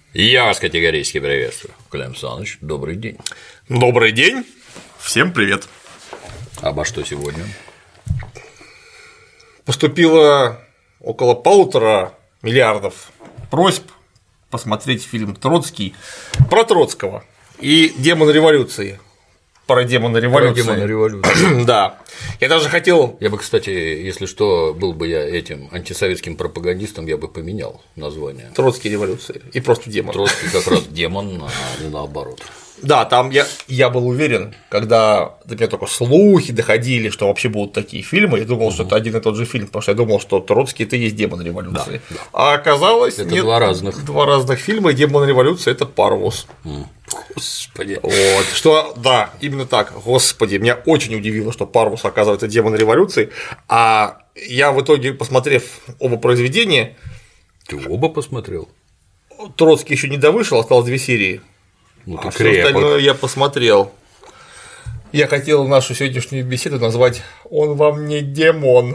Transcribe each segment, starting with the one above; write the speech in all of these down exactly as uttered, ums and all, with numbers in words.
Я вас категорически приветствую. Клим Саныч, добрый день. Добрый день. Всем привет. Обо что сегодня? Поступило около полутора миллиардов просьб посмотреть фильм «Троцкий» про Троцкого и «Демон революции». Про демона революции. Про демона революции. Да. Я даже хотел. Я бы, кстати, если что, был бы я этим антисоветским пропагандистом, я бы поменял название. Троцкий революции и просто демон. Троцкий как раз демон, а не наоборот. Да, там я, я был уверен, когда до меня только слухи доходили, что вообще будут такие фильмы, я думал, угу. что это один и тот же фильм, потому что я думал, что Троцкий – это и есть демон революции. Да, да. А оказалось, это нет, два разных. Два разных фильма, и демон революции – это Парвус. Господи. Вот, что, да, именно так, господи, меня очень удивило, что Парвус, оказывается, демон революции, а я в итоге, посмотрев оба произведения… Ты оба посмотрел? Троцкий еще не довышел, осталось две серии. Ну, а все остальное я посмотрел. Я хотел нашу сегодняшнюю беседу назвать «Он вам не демон».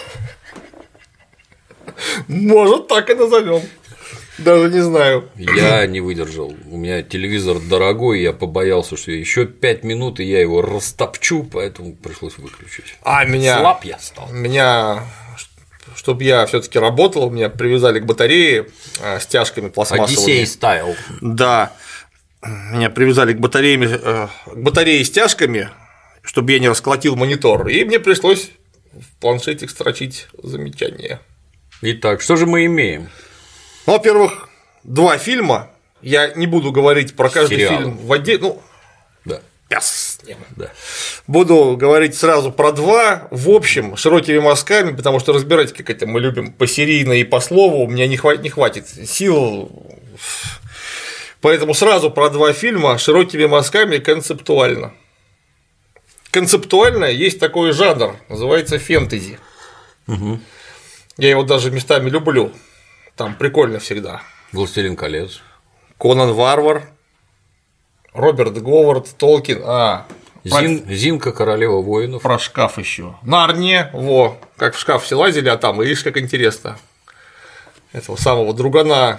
Может, так и назовем. Даже не знаю. Я не выдержал. У меня телевизор дорогой, я побоялся, что еще пять минут, и я его растопчу, поэтому пришлось выключить. А меня. Слаб я стал. Меня. Чтобы я все-таки работал, меня привязали к батарее стяжками пластмассовыми. Одиссей стайл. Да. Меня привязали к батарее, к батарее стяжками, чтобы я не расколотил монитор, и мне пришлось в планшете строчить замечания. Итак, что же мы имеем? Ну, во-первых, два фильма. Я не буду говорить про каждый Сериалы. фильм в отдельно. Ну, да. Пяс. Да. Буду говорить сразу про два, в общем, широкими мазками, потому что разбирать, как это мы любим, посерийно и по слову, у меня не хватит, не хватит сил. Поэтому сразу про два фильма широкими мазками концептуально. Концептуально есть такой жанр, называется фэнтези. Угу. Я его даже местами люблю. Там прикольно всегда. «Властелин колец». Конан Варвар, Роберт Говард, Толкин. А, Зин, про... Зинка, королева воинов. Про шкаф еще. Нарния, во, как в шкаф все лазили, а там, видишь, как интересно. Этого самого другана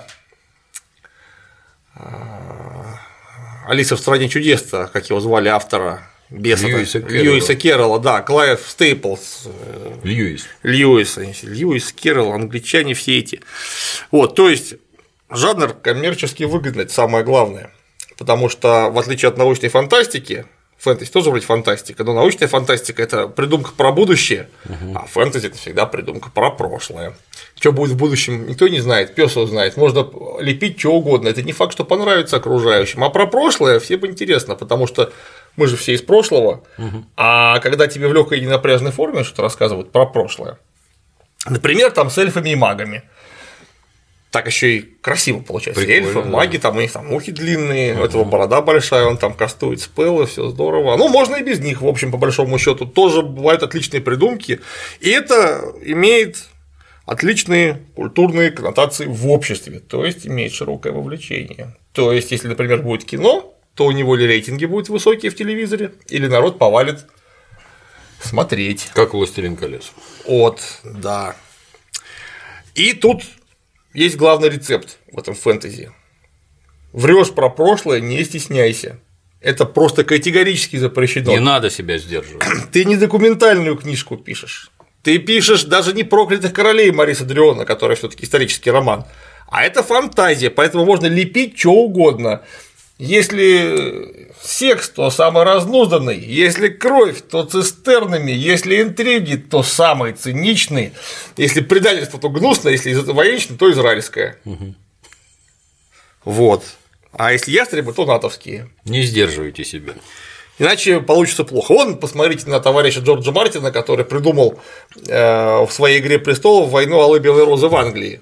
Алиса в стране чудес-то, как его звали, автора, беса Льюиса, Льюиса Керролла, да, Клайв Стейплс. Льюис. Льюис, Льюис Керролл, англичане все эти. Вот, то есть жанр коммерчески выгодный, это самое главное, потому что в отличие от научной фантастики, фэнтези тоже вроде фантастика, но научная фантастика – это придумка про будущее, угу. а фэнтези – это всегда придумка про прошлое. Что будет в будущем, никто не знает, пёс его знает, можно лепить что угодно, это не факт, что понравится окружающим, а про прошлое всем интересно, потому что мы же все из прошлого, угу. а когда тебе в легкой и ненапряжной форме что-то рассказывают про прошлое, например, там с эльфами и магами. Так еще и красиво получается. Прикольно, эльфы, да. маги, там у них там ухи длинные, uh-huh. у этого борода большая, он там кастует спеллы, все здорово. Ну, можно и без них, в общем, по большому счету. Тоже бывают отличные придумки. И это имеет отличные культурные коннотации в обществе, то есть имеет широкое вовлечение. То есть, если, например, будет кино, то у него или рейтинги будут высокие в телевизоре, или народ повалит смотреть. Как «Властелин колец». Вот, да. И тут есть главный рецепт в этом фэнтези. Врешь про прошлое, не стесняйся. Это просто категорически запрещено. Не надо себя сдерживать. Ты не документальную книжку пишешь. Ты пишешь даже не «Проклятых королей» Мариса Дриона, который все-таки исторический роман, а это фантазия, поэтому можно лепить что угодно. Если секс, то самый разнузданный, если кровь, то цистернами, если интриги, то самые циничные, если предательство, то гнусное, если военщина, то израильское. Угу. Вот. А если ястребы, то натовские. Не сдерживайте себя. Иначе получится плохо. Вон, посмотрите на товарища Джорджа Мартина, который придумал э, в своей «Игре престолов» войну алой белой розы в Англии.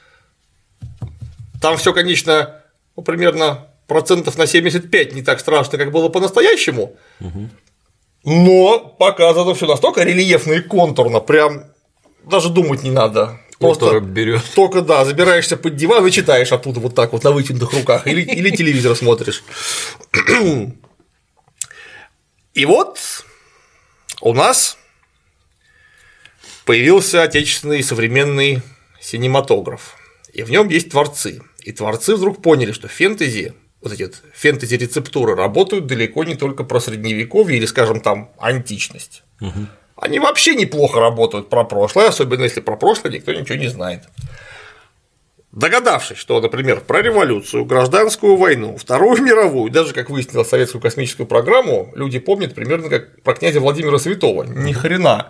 Там все, конечно, ну, примерно процентов на семьдесят пять не так страшно, как было по-настоящему, угу. но показано все настолько рельефно и контурно, прям даже думать не надо. Просто берет. Только да, забираешься под диван и читаешь оттуда вот так вот на вытянутых руках, или, или телевизор смотришь. И вот у нас появился отечественный современный синематограф, и в нем есть творцы. И творцы вдруг поняли, что фэнтези, вот эти вот фэнтези-рецептуры работают далеко не только про средневековье или, скажем, там, античность. Угу. Они вообще неплохо работают про прошлое, особенно если про прошлое никто ничего не знает. Догадавшись, что, например, про революцию, гражданскую войну, Вторую мировую, даже, как выяснилось, советскую космическую программу, люди помнят примерно как про князя Владимира Святого, ни хрена,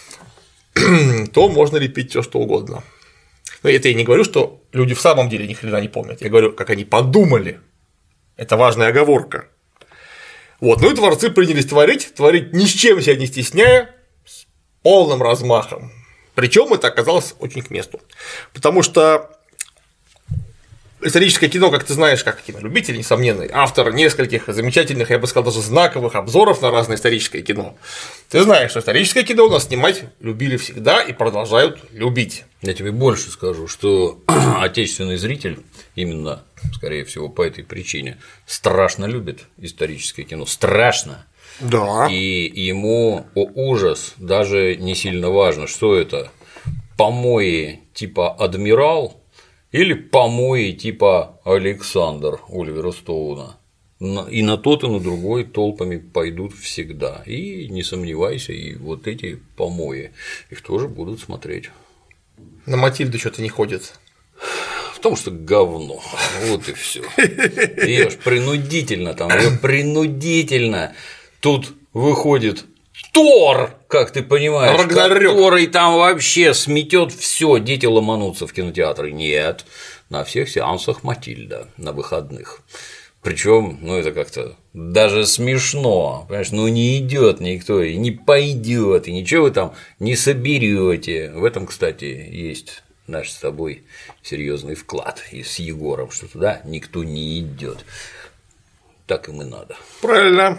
то можно лепить все что угодно. Но это я не говорю, что люди в самом деле ни хрена не помнят, я говорю, как они подумали. Это важная оговорка. Вот, ну и творцы принялись творить, творить ни с чем себя не стесняя, с полным размахом. Причем это оказалось очень к месту. Потому что историческое кино, как ты знаешь, как кинолюбитель, несомненный, автор нескольких замечательных, я бы сказал, даже знаковых обзоров на разное историческое кино. Ты знаешь, что историческое кино у нас снимать любили всегда и продолжают любить. Я тебе больше скажу, что отечественный зритель именно, скорее всего, по этой причине страшно любит историческое кино. Страшно. Да. И ему, о ужас, даже не сильно важно, что это помои типа «Адмирал» или помои типа «Александр» Оливера Стоуна. И на тот, и на другой толпами пойдут всегда. И не сомневайся, и вот эти помои, их тоже будут смотреть. На Матильду что-то не ходит. Потому что говно. Вот и все. Ее ж принудительно там, ее принудительно. Тут выходит Тор, как ты понимаешь, Рагнарёк. который там вообще сметет все, дети ломанутся в кинотеатры. Нет, на всех сеансах Матильда на выходных. Причем, ну это как-то даже смешно, понимаешь, ну не идет никто и не пойдет, и ничего вы там не соберете. В этом, кстати, есть наш с тобой серьезный вклад и с Егором, что туда никто не идет. Так им и надо. Правильно.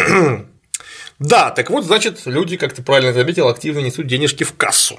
Да, так вот, значит, люди, как ты правильно заметил, активно несут денежки в кассу.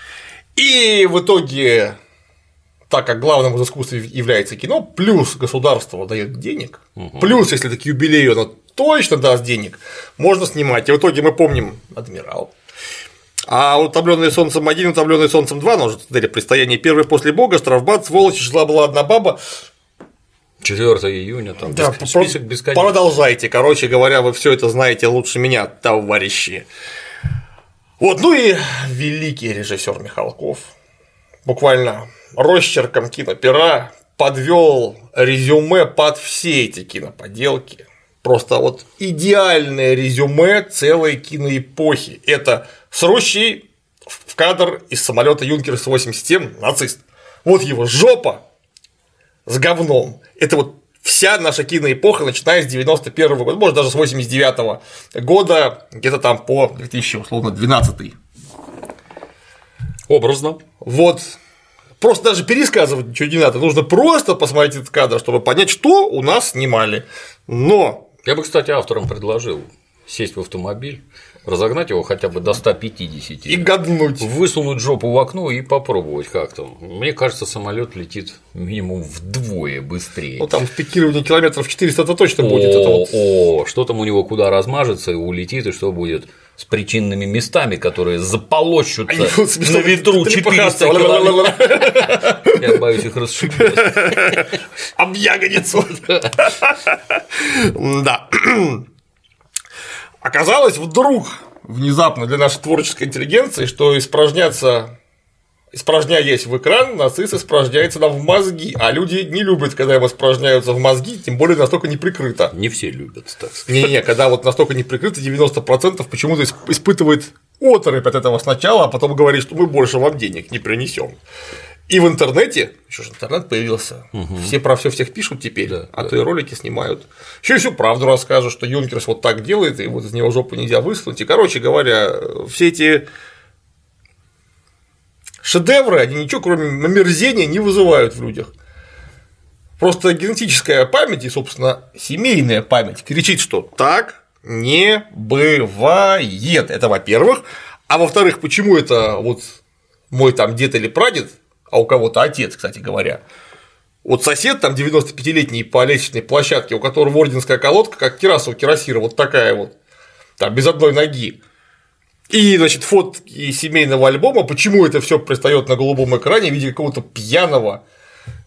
И в итоге, так как главным из искусства является кино, плюс государство дает денег, угу. плюс, если это к юбилею, оно точно даст денег, можно снимать. И в итоге мы помним «Адмирал». А «Утомленные солнцем один», «Утомленные солнцем два», ну, уже «Предстояние первой после Бога», «Штрафбат», «Сволочь», «Жила-была одна баба». четвёртого июня, там да, беск... список бесконечный. Продолжайте, короче говоря, вы все это знаете лучше меня, товарищи. Вот, ну и великий режиссер Михалков буквально росчерком кинопера подвел резюме под все эти киноподелки. Просто вот идеальное резюме целой киноэпохи. Это с Рощей в кадр из самолета Юнкерс восемьдесят семь нацист. Вот его жопа с говном. Это вот вся наша киноэпоха, начиная с девяносто первого года, может, даже с восемьдесят девятого года, где-то там по две тысячи двенадцатый. Образно. Вот. Просто даже пересказывать ничего не надо. Нужно просто посмотреть этот кадр, чтобы понять, что у нас снимали. Но. Я бы, кстати, авторам предложил сесть в автомобиль, разогнать его хотя бы до ста пятидесяти и гаднуть, высунуть жопу в окно и попробовать как там. Мне кажется, самолет летит минимум вдвое быстрее. Ну там в пикировании километров четыреста это точно будет. О, это вот... о, что там у него куда размажется и улетит, и что будет с причинными местами, которые заполощутся на ветру четыреста километров. Я боюсь их расшибить. Об ягодицу. Да. Оказалось вдруг внезапно для нашей творческой интеллигенции, что испражняться, испражняясь в экран, нацист испражняется нам в мозги, а люди не любят, когда им испражняются в мозги, тем более настолько неприкрыто. Не все любят, так сказать. Не-не, когда вот настолько неприкрыто, девяносто процентов почему-то испытывает оторопь от этого сначала, а потом говорит, что мы больше вам денег не принесем. И в интернете, еще же интернет появился, угу. все про все всех пишут теперь, да, а да. то и ролики снимают. Еще и всю правду расскажут, что Юнкерс вот так делает, и вот из него жопу нельзя высунуть. И, короче говоря, все эти шедевры, они ничего, кроме омерзения, не вызывают в людях. Просто генетическая память и, собственно, семейная память кричит, что так не бывает. Это во-первых. А во-вторых, почему это вот мой там дед или прадед, а у кого-то отец, кстати говоря. Вот сосед там девяностопятилетний по лестничной площадке, у которого орденская колодка, как кераса у кирасира, вот такая вот, там без одной ноги. И, значит, фотки семейного альбома, почему это все предстаёт на голубом экране в виде какого-то пьяного,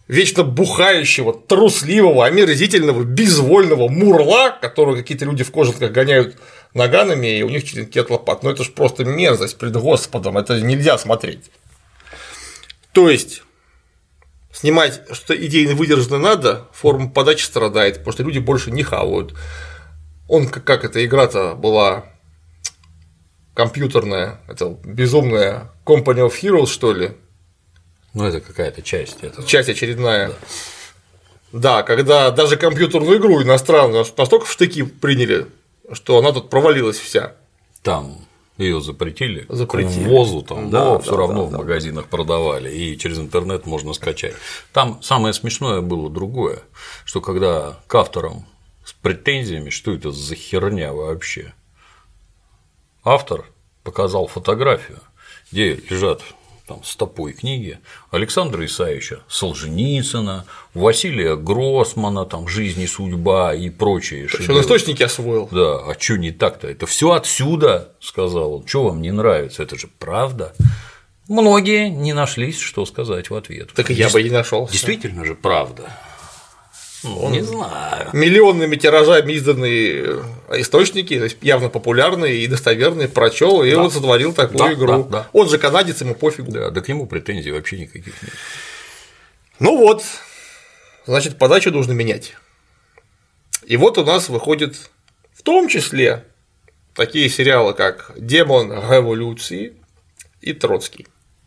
вечно бухающего, трусливого, омерзительного, безвольного мурла, которого какие-то люди в кожанках гоняют наганами, и у них черенки от лопат. Ну это ж просто мерзость пред Господом, это нельзя смотреть. То есть снимать, что идейно выдержано надо, форма подачи страдает, потому что люди больше не хавают. Он, как эта игра-то была компьютерная, это безумная Company of Heroes, что ли? Ну, это какая-то часть этого. Часть очередная. Да. да, когда даже компьютерную игру иностранную настолько в штыки приняли, что она тут провалилась вся. Там ее запретили, запретили. К ввозу там, да, но да, все равно да, в да. магазинах продавали, и через интернет можно скачать. Там самое смешное было другое, что когда к авторам с претензиями, что это за херня вообще, автор показал фотографию, где лежат там стопой книги Александра Исаевича Солженицына, Василия Гроссмана, там «Жизнь и судьба» и прочие шедевры. Он источники освоил. Да, а что не так-то? Это все отсюда, сказал он. Что вам не нравится? Это же правда. Многие не нашлись, что сказать в ответ. Так и я бы не нашел. Действительно же правда. Ну, он... Не знаю. Миллионными тиражами изданные источники, то есть явно популярные и достоверные, прочел, и да. он сотворил такую да, игру. Да, да. Он же канадец, ему пофигу. Да, да к нему претензий вообще никаких нет. Ну вот, значит, подачу нужно менять. И вот у нас выходит в том числе такие сериалы, как «Демон революции» и «Троцкий».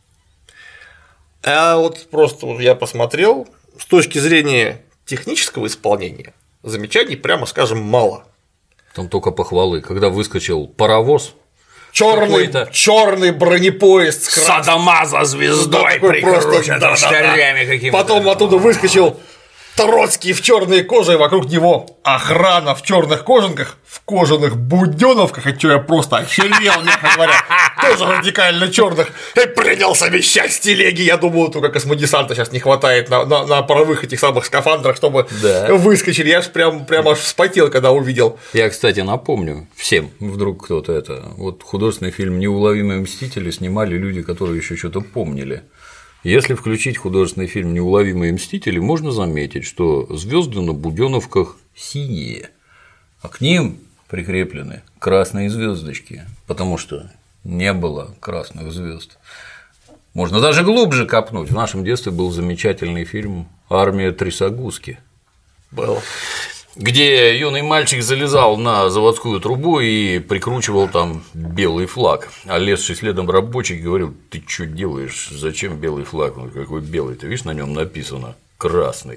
А вот просто я посмотрел, с точки зрения технического исполнения замечаний, прямо скажем, мало. Там только похвалы. Когда выскочил паровоз, черный, черный бронепоезд с Садамаза звездой прикручен дождярями какими-то. Потом оттуда выскочил Троцкий в черной коже, и вокруг него охрана в черных кожанках, в кожаных будёновках, от чего я просто охерел, мягко говоря, тоже радикально черных, и принялся вещать с телеги. Я думал, только космодесанта сейчас не хватает на, на, на паровых этих самых скафандрах, чтобы да. выскочили. Я же прям, прям аж вспотел, когда увидел. Я, кстати, напомню всем, вдруг кто-то это. Вот художественный фильм «Неуловимые мстители» снимали люди, которые еще что-то помнили. Если включить художественный фильм «Неуловимые мстители», можно заметить, что звезды на будёновках синие, а к ним прикреплены красные звездочки, потому что не было красных звезд. Можно даже глубже копнуть. В нашем детстве был замечательный фильм «Армия Трясогузки». Был. Где юный мальчик залезал на заводскую трубу и прикручивал там белый флаг, а лезший следом рабочий говорил: ты что делаешь, зачем белый флаг? Он: какой белый, ты видишь, на нем написано красный.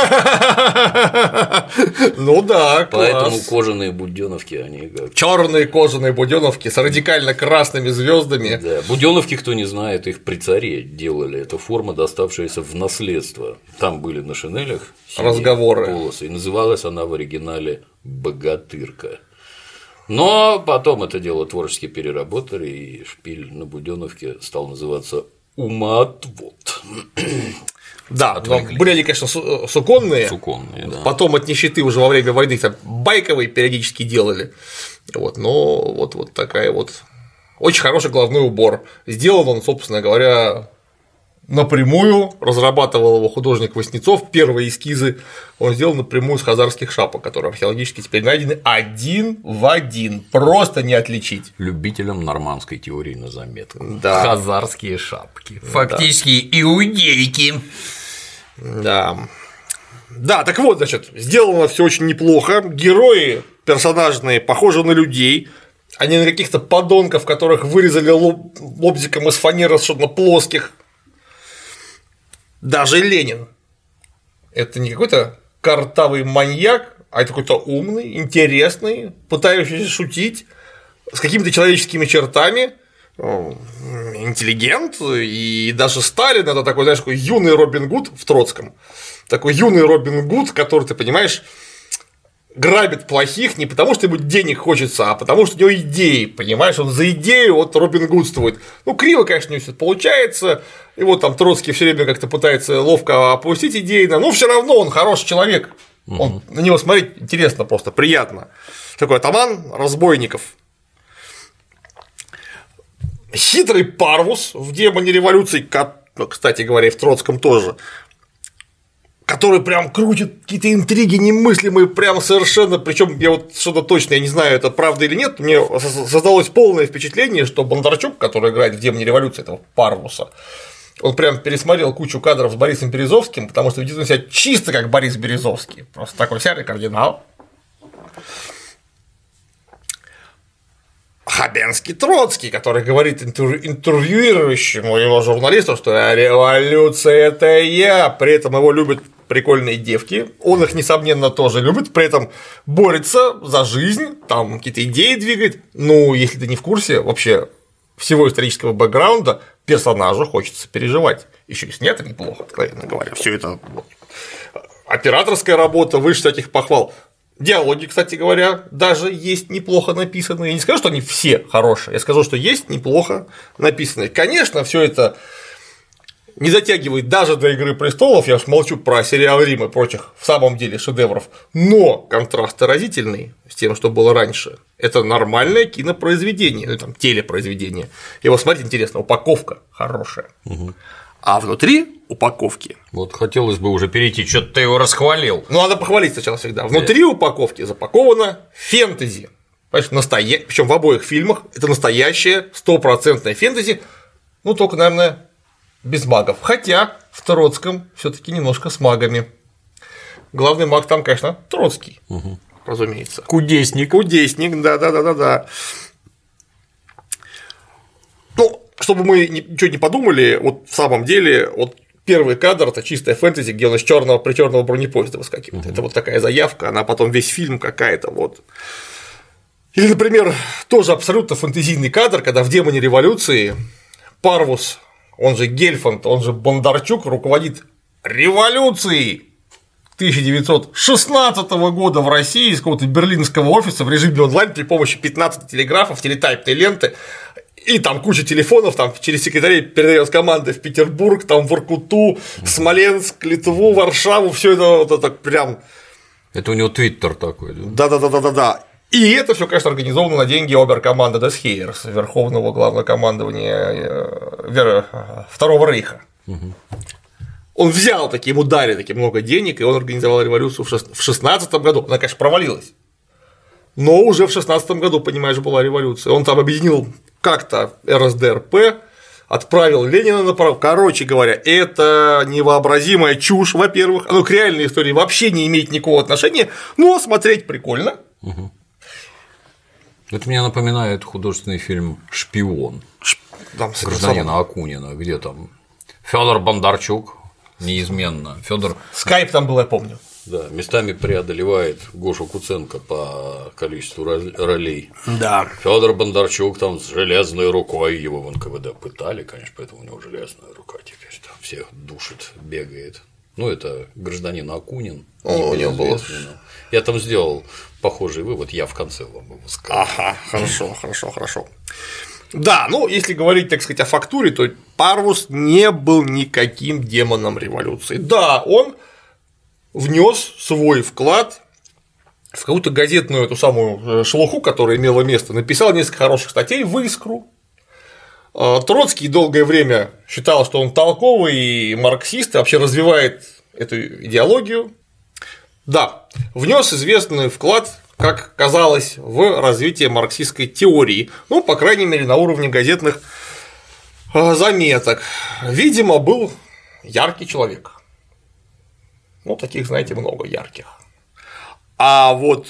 Ну да, поэтому кожаные будёновки, они как черные кожаные будёновки с радикально красными звездами. Да, будёновки, кто не знает, их при царе делали. Это форма, доставшаяся в наследство. Там были на шинелях разговоры полосы, и называлась она в оригинале «Богатырка». Но потом это дело творчески переработали, и шпиль на будёновке стал называться «Умоотвод». Да, но были они, конечно, суконные, суконные да. Потом от нищеты уже во время войны там байковые периодически делали, вот, но вот, вот такая вот очень хороший головной убор. Сделан он, собственно говоря, напрямую, разрабатывал его художник Васнецов, первые эскизы он сделал напрямую с хазарских шапок, которые археологически теперь найдены один в один, просто не отличить. Любителям нормандской теории на заметку. Да. Хазарские шапки. Фактически да. Иудейки. Да. Да, так вот, значит, сделано все очень неплохо. Герои персонажные похожи на людей, а не на каких-то подонков, которых вырезали лоб... лобзиком из фанеры совершенно плоских. Даже Ленин – это не какой-то картавый маньяк, а это какой-то умный, интересный, пытающийся шутить, с какими-то человеческими чертами, интеллигент, и даже Сталин – это такой, знаешь, такой юный Робин Гуд в Троцком, такой юный Робин Гуд, который, ты понимаешь, грабит плохих не потому, что ему денег хочется, а потому, что у него идеи, понимаешь, он за идею вот Робин Гудствует. Ну, криво, конечно, не все получается, и вот там Троцкий все время как-то пытается ловко опустить идейно, но все равно он хороший человек, угу. Он, на него смотреть интересно просто, приятно. Такой атаман разбойников. Хитрый Парвус в «Демоне революции», кстати говоря, и в Троцком тоже. который прям крутит какие-то интриги немыслимые, прям совершенно, причем я вот что-то точно, я не знаю, это правда или нет, мне создалось полное впечатление, что Бондарчук, который играет в «Демоне революции» этого Парвуса, он прям пересмотрел кучу кадров с Борисом Березовским, потому что ведет он себя чисто как Борис Березовский, просто такой серый кардинал. Хабенский Троцкий, который говорит интервьюирующему его журналисту, что революция – это я, при этом его любят прикольные девки, он их, несомненно, тоже любит, при этом борется за жизнь, там какие-то идеи двигает, ну, если ты не в курсе вообще всего исторического бэкграунда, персонажу хочется переживать, еще и снято неплохо, откровенно говоря, все это вот. Операторская работа выше всяких похвал. Диалоги, кстати говоря, даже есть неплохо написанные. Я не скажу, что они все хорошие, я скажу, что есть неплохо написанные. Конечно, все это не затягивает даже до «Игры престолов», я уж молчу про сериал «Рим» и прочих в самом деле шедевров, но контрасты разительные с тем, что было раньше. Это нормальное кинопроизведение, ну там телепроизведение. Его смотреть интересно, упаковка хорошая. Угу. А внутри упаковки. Вот хотелось бы уже перейти, что-то ты его расхвалил. Ну, надо похвалить сначала всегда. Внутри упаковки запаковано фэнтези. Понимаешь, настоя... причем в обоих фильмах это настоящее стопроцентное фэнтези, ну только, наверное, без магов. Хотя в Троцком все-таки немножко с магами. Главный маг там, конечно, Троцкий, угу. разумеется. Кудесник. Кудесник, да, да, да, да, да. Ну, чтобы мы ничего не подумали, вот в самом деле, вот первый кадр – это чистая фэнтези, где он из черного при черного бронепоезда выскакивает. Uh-huh. Это вот такая заявка, она потом весь фильм какая-то вот. Или, например, тоже абсолютно фэнтезийный кадр, когда в «Демоне революции» Парвус, он же Гельфанд, он же Бондарчук, руководит революцией тысяча девятьсот шестнадцатого года в России из какого-то берлинского офиса в режиме онлайн при помощи пятнадцати телеграфов, телетайпной ленты. И там куча телефонов, там через секретарей передает команды в Петербург, там в Воркуту, Смоленск, Литву, Варшаву, все это вот это прям. Это у него твиттер такой, да? Да, да, да, да, да. И это все, конечно, организовано на деньги оберкоманды Des Heers, Верховного главнокомандования Второго Рейха. Угу. Он взял такие, ему дали такие много денег, и он организовал революцию в шестнадцатом году. Она, конечно, провалилась. Но уже в шестнадцатом году, понимаешь, была революция. Он там объединил как-то эр эс дэ эр пэ, отправил Ленина на право. Короче говоря, это невообразимая чушь, во-первых, оно к реальной истории вообще не имеет никакого отношения, но смотреть прикольно. Угу. Это мне напоминает художественный фильм «Шпион» гражданина Акунина, где там Федор Бондарчук неизменно. Федор Скайп там был, я помню. Да, местами преодолевает Гошу Куценко по количеству ролей. Да. Федор Бондарчук там с железной рукой, его в эн ка вэ дэ пытали, конечно, поэтому у него железная рука теперь там всех душит, бегает. Ну, это гражданин Акунин. О, у него было. Я там сделал похожий вывод, я в конце вам его скажу. Ага, хорошо, хорошо, хорошо. Да, ну, если говорить, так сказать, о фактуре, то Парвус не был никаким демоном революции. Да, он внес свой вклад в какую-то газетную эту самую шелуху, которая имела место, написал несколько хороших статей в «Искру». Троцкий долгое время считал, что он толковый марксист и вообще развивает эту идеологию. Да, внес известный вклад, как казалось, в развитие марксистской теории, ну, по крайней мере, на уровне газетных заметок. Видимо, был яркий человек. Ну, таких, знаете, много ярких. А вот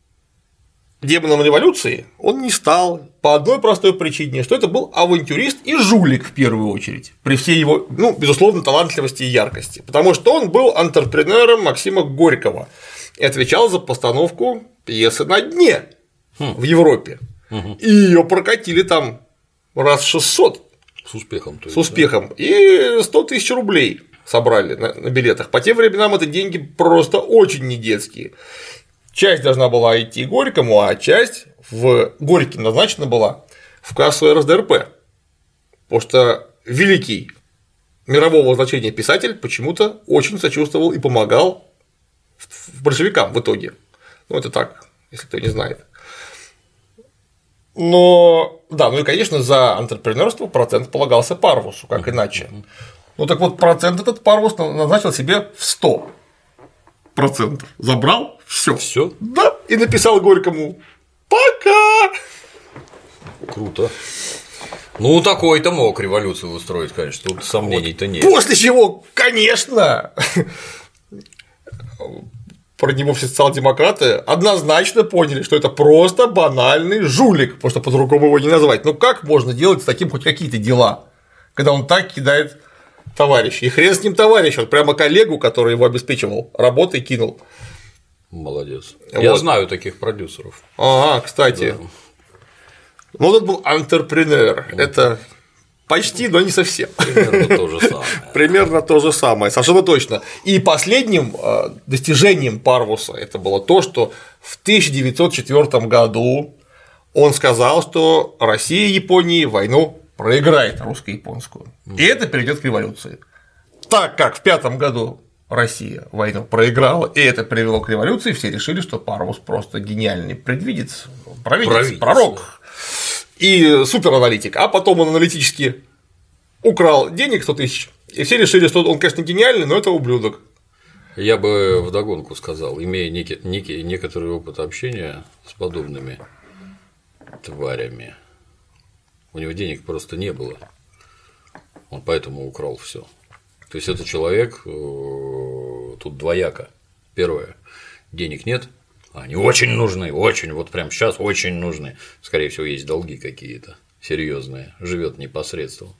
демоном революции он не стал по одной простой причине, что это был авантюрист и жулик в первую очередь, при всей его, ну, безусловно, талантливости и яркости, потому что он был антрепренером Максима Горького и отвечал за постановку пьесы «На дне» хм. в Европе, угу. и ее прокатили там раз шестьсот. С успехом. То есть, С успехом. Да? И сто тысяч рублей собрали на, на билетах. По тем временам это деньги просто очень недетские. Часть должна была идти Горькому, а часть в Горький назначена была в кассу эр эс дэ эр пэ. Потому что великий мирового значения писатель почему-то очень сочувствовал и помогал большевикам в итоге. Ну, это так, если кто не знает. Но, да, ну и, конечно, за антрепренерство процент полагался Парвусу, как иначе. Ну так вот, процент этот Парвус назначил себе в сто. процентов. Забрал все. Все? Да. И написал Горькому: пока. Круто. Ну, такой-то мог революцию устроить, конечно, тут сомнений-то нет. После чего, конечно, про него все социал-демократы однозначно поняли, что это просто банальный жулик, потому что по-другому его не назвать. Ну как можно делать с таким хоть какие-то дела, когда он так кидает товарища? И хрен с ним товарищ, он прямо коллегу, который его обеспечивал работой, кинул. Молодец. Вот. Я знаю таких продюсеров. Ага, кстати. Да. Ну, этот был антрепренер. Mm-hmm. Это почти, но не совсем. Примерно то же самое. Примерно то же самое, совершенно точно. И последним достижением Парвуса это было то, что в тысяча девятьсот четвёртом году он сказал, что Россия и Япония войну проиграет, русско-японскую. Mm-hmm. И это приведет к революции. Так как в пятом году Россия войну проиграла, и это привело к революции, все решили, что Парвус просто гениальный предвидец, провидец, Провидец. пророк и супераналитик. А потом он аналитически украл денег сто тысяч, и все решили, что он, конечно, гениальный, но это ублюдок. Я бы вдогонку сказал, имея некий, некий, некоторый опыт общения с подобными тварями, у него денег просто не было, он поэтому украл все. То есть это человек тут двояко. Первое, денег нет, они очень нужны, очень, вот прямо сейчас очень нужны. Скорее всего, есть долги какие-то серьезные, живет непосредственно.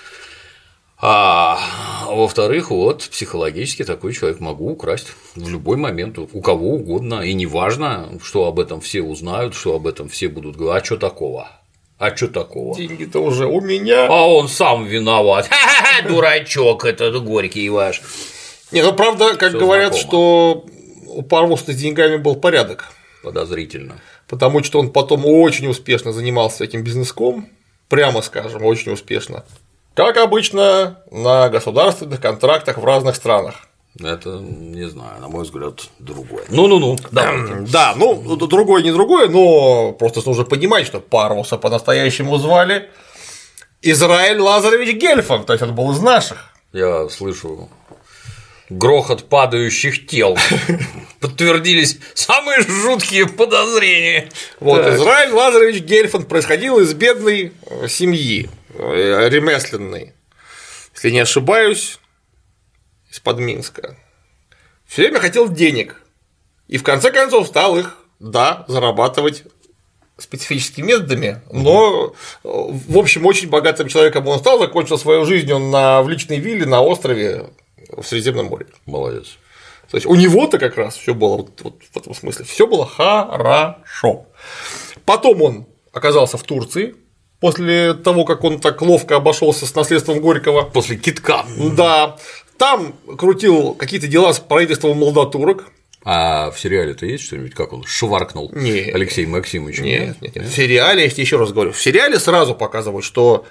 А во-вторых, вот психологически такой человек могу украсть в любой момент, у кого угодно, и неважно, что об этом все узнают, что об этом все будут говорить, а что такого? А что такого? Деньги-то уже у меня. А он сам виноват. Ха-ха-ха, дурачок этот Горький ваш. Не, ну правда, как Всё говорят, знакомо. Что у Парвуса с деньгами был порядок. Подозрительно. Потому что он потом очень успешно занимался этим бизнеском, прямо скажем, очень успешно. Как обычно, на государственных контрактах в разных странах. Это, не знаю, на мой взгляд, другое. Ну-ну-ну, давайте. Да, ну, другое не другое, но просто нужно понимать, что Парвуса по-настоящему звали Израиль Лазаревич Гельфанд, то есть он был из наших. Я слышу грохот падающих тел. Подтвердились самые жуткие подозрения. Вот, так. Израиль Лазаревич Гельфанд происходил из бедной семьи, ремесленной, если не ошибаюсь, из-под Минска. Все время хотел денег. И в конце концов стал их, да, зарабатывать специфическими методами, но, в общем, очень богатым человеком он стал, закончил свою жизнь он на, в личной вилле на острове в Средиземном море. Молодец. То есть у него-то как раз все было вот, вот в этом смысле, все было хорошо. Потом он оказался в Турции. После того, как он так ловко обошелся с наследством Горького. После китка. Да. Там крутил какие-то дела с правительством молодотурок. А в сериале-то есть что-нибудь, как он шваркнул нет. Алексей Максимович? Нет, нет, нет. В сериале, я еще раз говорю, в сериале сразу показывают, что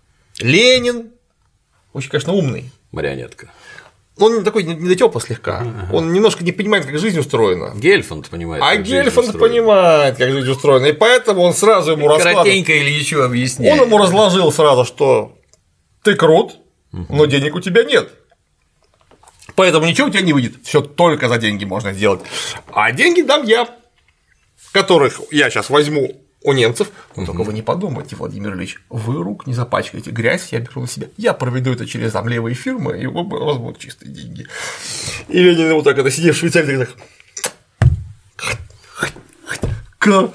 Ленин очень, конечно, умный. Марионетка. Он такой недотёпа слегка, ага. Он немножко не понимает, как жизнь устроена. Гельфанд понимает, а как Гельфанд жизнь устроена. понимает, как жизнь устроена, и поэтому он сразу ему раскладывает. Коротенько Ильичу объясняет. Он ему разложил сразу, что ты крут, но денег у тебя нет. Поэтому ничего у тебя не выйдет, все только за деньги можно сделать. А деньги дам я, которых я сейчас возьму у немцев. Но только вы не подумайте, Владимир Ильич, вы рук не запачкаете, грязь я беру на себя. Я проведу это через там левые фирмы, и у вас будут чистые деньги. И Ленин вот так это сидев в Швейцарии, так.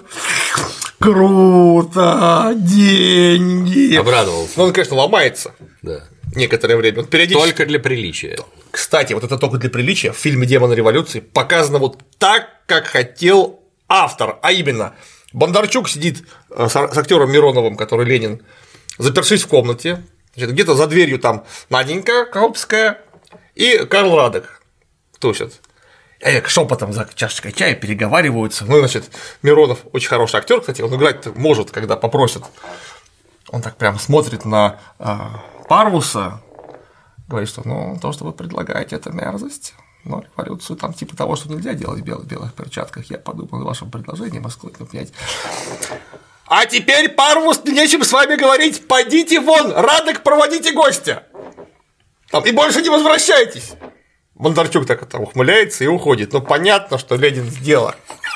Круто, деньги. Обрадовался. Ну, он, конечно, ломается. Да. Некоторое время. Он периодически... Только для приличия. Кстати, вот это только для приличия в фильме «Демоны революции» показано вот так, как хотел автор, а именно Бондарчук сидит с актером Мироновым, который Ленин, запершись в комнате, где-то за дверью там Наденька Колпская и Карл Радек тусят. И шепотом за чашечкой чая переговариваются. Ну, значит, Миронов очень хороший актер, кстати, он играть может, когда попросят. Он так прям смотрит на Парвуса, говорит, что ну, то, что вы предлагаете, это мерзость, но революцию там типа того, что нельзя делать в белых, белых перчатках, я подумал о вашем предложении, Москвы, понять. А теперь, Парвус, нечем с вами говорить, подите вон, Радек, проводите гостя, там, и больше не возвращайтесь. Бондарчук так это ухмыляется и уходит. Ну, понятно, что Ленин сделал.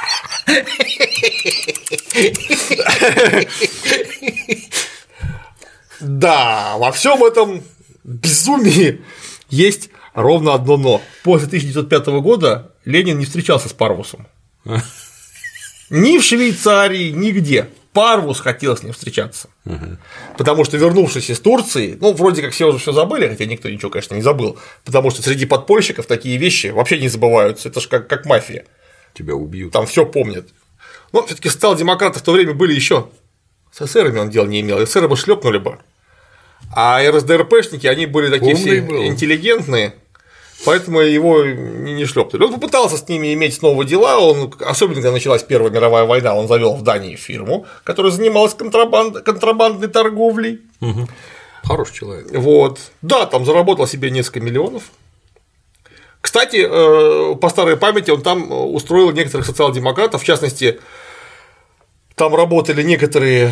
Да, во всем этом безумии есть ровно одно но. После тысяча девятьсот пятого года Ленин не встречался с Парвусом. Ни в Швейцарии, нигде. Парвус хотел с ним встречаться. Uh-huh. Потому что, вернувшись из Турции, ну, вроде как все уже все забыли, хотя никто ничего, конечно, не забыл. Потому что среди подпольщиков такие вещи вообще не забываются. Это же как, как мафия. Тебя убьют. Там все помнят. Но все-таки социал-демократы в то время были еще. С эсерами он дел не имел. Эсеры бы шлепнули бы. А РСДРПшники, они были такие Умный все был. интеллигентные. Поэтому его не шлепнули. Он попытался с ними иметь снова дела, он, особенно когда началась Первая мировая война, он завел в Дании фирму, которая занималась контрабанд... контрабандной торговлей. Угу. Хороший человек. Вот. Да, там заработал себе несколько миллионов. Кстати, по старой памяти он там устроил некоторых социал-демократов, в частности, там работали некоторые.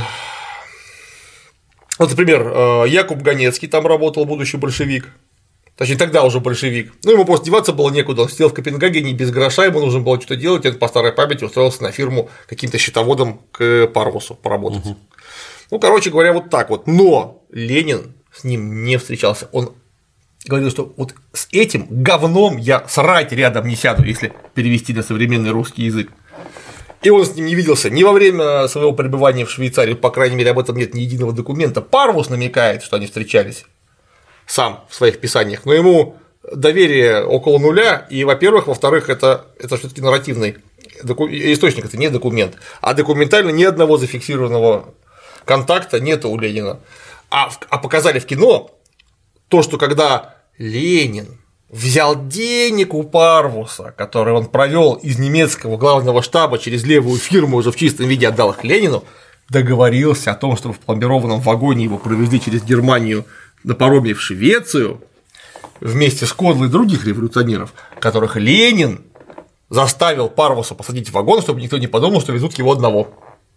Вот, например, Якуб Ганецкий там работал, будущий большевик. Точнее, тогда уже большевик. Ну, ему просто деваться было некуда. Он сидел в Копенгагене без гроша, ему нужно было что-то делать, и он по старой памяти устроился на фирму каким-то счетоводом к Парвусу поработать. Угу. Ну, короче говоря, вот так вот. Но Ленин с ним не встречался. Он говорил, что вот с этим говном я срать рядом не сяду, если перевести на современный русский язык. И он с ним не виделся ни во время своего пребывания в Швейцарии, по крайней мере, об этом нет ни единого документа. Парвус намекает, что они встречались. Сам в своих писаниях, но ему доверие около нуля, и, во-первых, во-вторых, это, это все-таки нарративный доку... источник, это не документ, а документально ни одного зафиксированного контакта нет у Ленина. А, а показали в кино то, что когда Ленин взял денег у Парвуса, который он провел из немецкого главного штаба через левую фирму, уже в чистом виде отдал их Ленину, договорился о том, чтобы в пломбированном вагоне его провезли через Германию на пароме в Швецию вместе с кодлой других революционеров, которых Ленин заставил Парвуса посадить в вагон, чтобы никто не подумал, что везут его одного.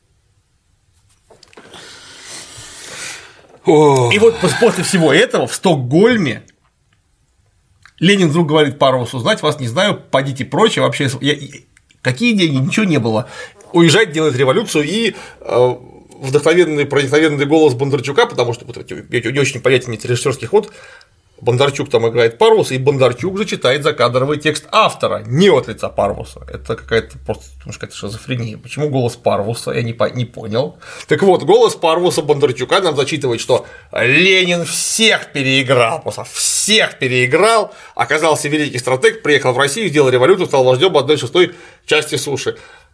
О. И вот после всего этого в Стокгольме Ленин вдруг говорит Парвусу: знать вас не знаю, подите прочь, вообще я... какие деньги, ничего не было. Уезжать, делать революцию, и вдохновенный, проникновенный голос Бондарчука, потому что вот не очень понятен режиссерский ход. Бондарчук там играет Парвуса, и Бондарчук же читает закадровый текст автора, не от лица Парвуса. Это какая-то просто какая-то шизофрения. Почему голос Парвуса? Я не, по... не понял. Так вот, голос Парвуса Бондарчука нам зачитывает, что Ленин всех переиграл, просто всех переиграл, оказался великий стратег, приехал в Россию, сделал революцию, стал вождем одной шестой части суши.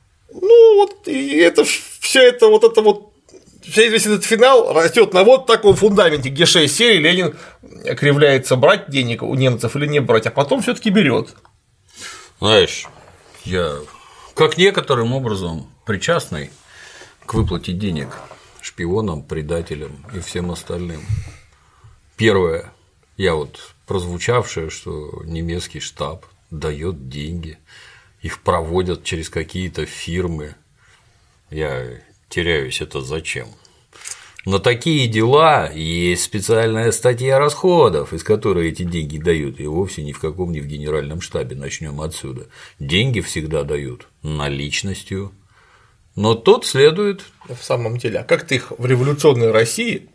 Ну вот, и это все это вот это вот. Весь этот финал растет на вот таком фундаменте, где шесть серий, Ленин кривляется, брать денег у немцев или не брать, а потом все-таки берет. Знаешь, я как некоторым образом причастный к выплате денег шпионам, предателям и всем остальным. Первое, я вот прозвучавшее, что немецкий штаб дает деньги, их проводят через какие-то фирмы. Я теряюсь, это зачем? На такие дела есть специальная статья расходов, из которой эти деньги дают, и вовсе ни в каком не в генеральном штабе, начнем отсюда. Деньги всегда дают наличностью, но тут следует… В самом деле, а как ты их в революционной России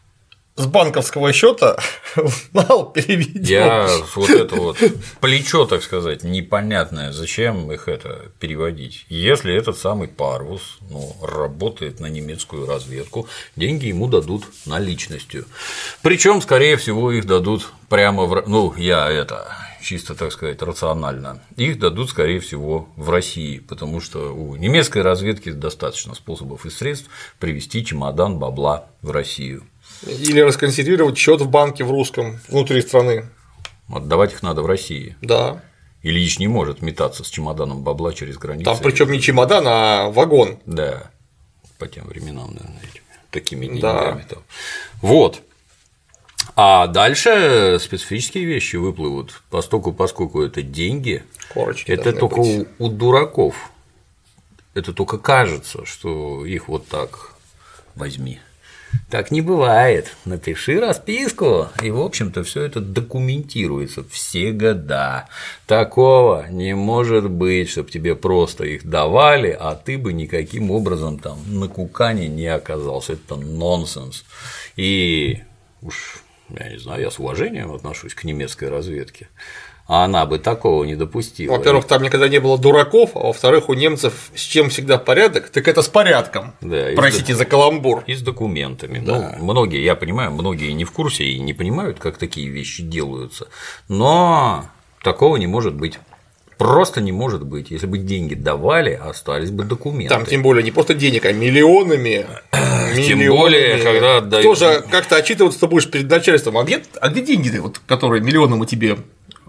с банковского счета мало переведёшь? Я вот это вот плечо, так сказать, непонятное, зачем их это переводить. Если этот самый Парвус, ну, работает на немецкую разведку, деньги ему дадут наличностью. Причем, скорее всего, их дадут прямо в… Ну, я это… чисто, так сказать, рационально, их дадут, скорее всего, в России, потому что у немецкой разведки достаточно способов и средств привезти чемодан бабла в Россию. Или расконсервировать счет в банке в русском внутри страны. Отдавать их надо в России. Да. Ильич не может метаться с чемоданом бабла через границу. Там причем не чемодан, а вагон. Да. По тем временам, наверное, этими, такими деньгами. Да. Там. Вот. А дальше специфические вещи выплывут, поскольку, поскольку это деньги, корочки это только у, у дураков. Это только кажется, что их вот так возьми. Так не бывает. Напиши расписку, и, в общем-то, все это документируется все года. Такого не может быть, чтобы тебе просто их давали, а ты бы никаким образом там на кукане не оказался. Это нонсенс. И уж, я не знаю, я с уважением отношусь к немецкой разведке. А она бы такого не допустила. Во-первых, там никогда не было дураков, а во-вторых, у немцев с чем всегда порядок, так это с порядком. Да, простите за каламбур. И с документами. Да. Ну, многие, я понимаю, многие не в курсе и не понимают, как такие вещи делаются. Но такого не может быть. Просто не может быть. Если бы деньги давали, остались бы документы. Там тем более не просто денег, а миллионами. Тем миллионами. Более, когда отдают. Тоже как-то отчитываться ты будешь перед начальством. А где, а где деньги-то, вот, которые миллионом у тебя?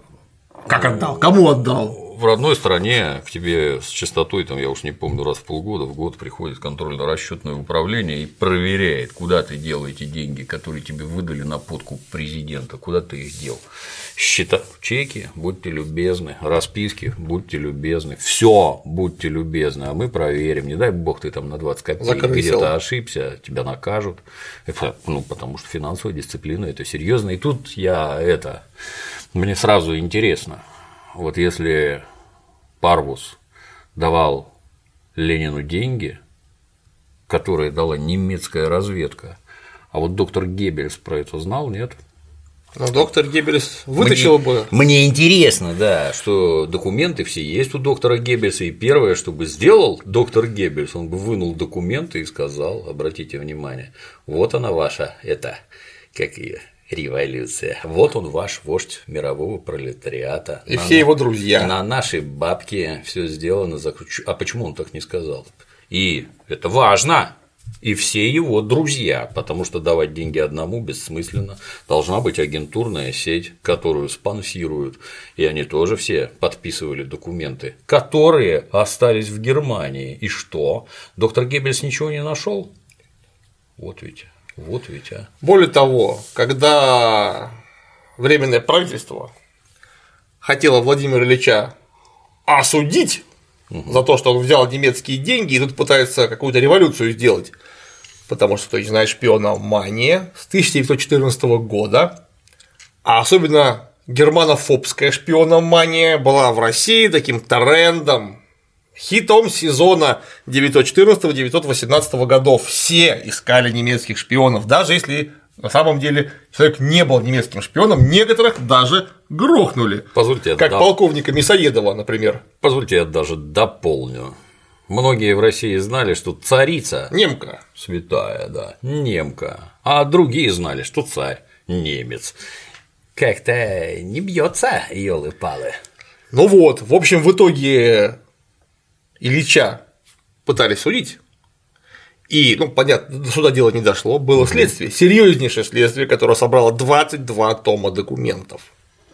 Как отдал? Кому отдал? В родной стране к тебе с частотой, там, я уж не помню, раз в полгода, в год приходит контрольно-расчетное управление и проверяет, куда ты дел эти деньги, которые тебе выдали на подкуп президента, куда ты их дел. Счета, чеки, будьте любезны, расписки, будьте любезны, все будьте любезны, а мы проверим. Не дай бог ты там на двадцать копеек где-то ошибся, тебя накажут. Это, ну, потому что финансовая дисциплина это серьезно. И тут я это. Мне сразу интересно, вот если Парвус давал Ленину деньги, которые дала немецкая разведка, а вот доктор Геббельс про это знал, нет? Ну, доктор Геббельс вытащил мне, бы. Мне интересно, да, что документы все есть у доктора Геббельса, и первое, что бы сделал доктор Геббельс, он бы вынул документы и сказал, обратите внимание, вот она ваша, это, как ее. Революция. Вот он ваш вождь мирового пролетариата. И на, все его друзья. На нашей бабке все сделано. За... А почему он так не сказал? И это важно. И все его друзья, потому что давать деньги одному бессмысленно. Должна быть агентурная сеть, которую спонсируют. И они тоже все подписывали документы, которые остались в Германии. И что? Доктор Геббельс ничего не нашел? Вот ведь. Вот ведь, а. Более того, когда Временное правительство хотело Владимира Ильича осудить угу. за то, что он взял немецкие деньги и тут пытается какую-то революцию сделать, потому что, кто не знает, шпиономания с тысяча девятьсот четырнадцатого года, а особенно германофобская шпиономания была в России таким трендом. Хитом сезона девятьсот четырнадцатого — девятьсот восемнадцатого годов. Все искали немецких шпионов, даже если на самом деле человек не был немецким шпионом, некоторых даже грохнули. Позвольте, как да... полковника Мясоедова, например. Позвольте, я даже дополню. Многие в России знали, что царица немка, святая, да, немка, а другие знали, что царь немец. Как-то не бьется, ёлы-палы. Ну вот, в общем, в итоге Ильича пытались судить, и, ну, понятно, до суда дело не дошло, было следствие, серьезнейшее следствие, которое собрало двадцать два тома документов.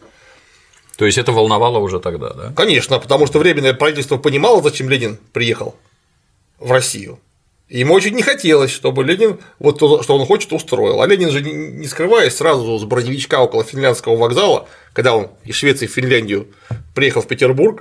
То есть это волновало уже тогда, да? Конечно, потому что Временное правительство понимало, зачем Ленин приехал в Россию. Ему очень не хотелось, чтобы Ленин вот то, что он хочет, устроил. А Ленин же, не скрываясь, сразу с броневичка около финляндского вокзала, когда он из Швеции в Финляндию приехал в Петербург,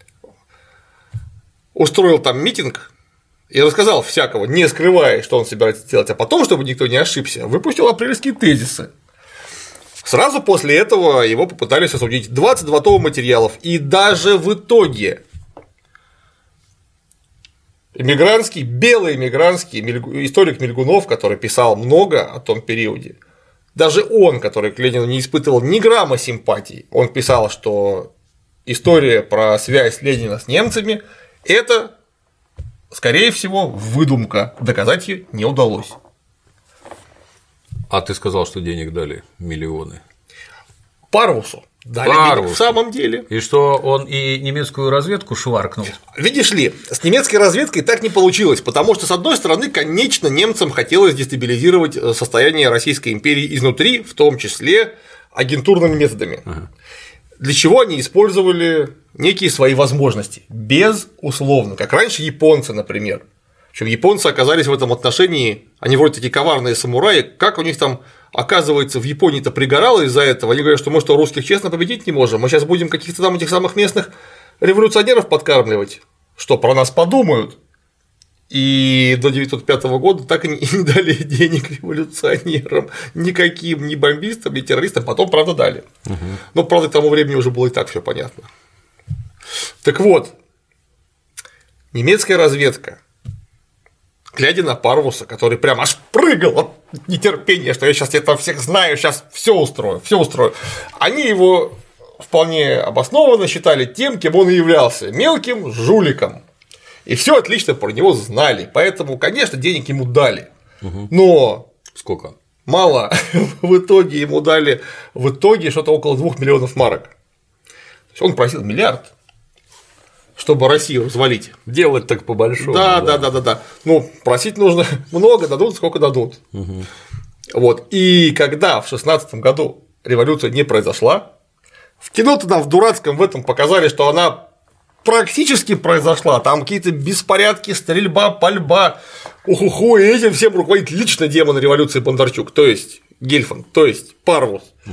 устроил там митинг и рассказал всякого, не скрывая, что он собирается делать, а потом, чтобы никто не ошибся, выпустил апрельские тезисы. Сразу после этого его попытались осудить, двадцать два тома материалов, и даже в итоге эмигрантский, белый эмигрантский историк Мельгунов, который писал много о том периоде, даже он, который к Ленину не испытывал ни грамма симпатий, он писал, что история про связь Ленина с немцами – это, скорее всего, выдумка, доказать ее не удалось. А ты сказал, что денег дали миллионы. Парвусу дали Парвусу. денег в самом деле. И что, он и немецкую разведку шваркнул? Видишь ли, с немецкой разведкой так не получилось, потому что, с одной стороны, конечно, немцам хотелось дестабилизировать состояние Российской империи изнутри, в том числе агентурными методами. Ага. Для чего они использовали некие свои возможности, безусловно, как раньше японцы, например. Причем японцы оказались в этом отношении, они вроде такие коварные самураи, как у них там, оказывается, в Японии-то пригорало из-за этого, они говорят, что мы что, русских честно победить не можем, мы сейчас будем каких-то там этих самых местных революционеров подкармливать, что про нас подумают. И до девятьсот пятого года так и не дали денег революционерам, никаким, ни бомбистам, ни террористам, потом, правда, дали. Угу. Но, правда, к тому времени уже было и так все понятно. Так вот, немецкая разведка, глядя на Парвуса, который прям аж прыгал от нетерпения, что я сейчас это всех знаю, сейчас все устрою, все устрою, они его вполне обоснованно считали тем, кем он и являлся – мелким жуликом. И все отлично про него знали, поэтому, конечно, денег ему дали. Угу. Но сколько? Мало. В итоге ему дали в итоге что-то около двух миллионов марок. То есть он просил миллиард, чтобы Россию развалить. Делать так по-большому. Да, да, да, да, да. Ну, просить нужно много, дадут, сколько дадут. Угу. Вот. И когда в шестнадцатом году революция не произошла, в кино-то нам в дурацком в этом показали, что она практически произошла, там какие-то беспорядки, стрельба, пальба, уху-ху, и этим всем руководит лично демон революции Бондарчук, то есть Гельфанд, то есть Парвус. Угу.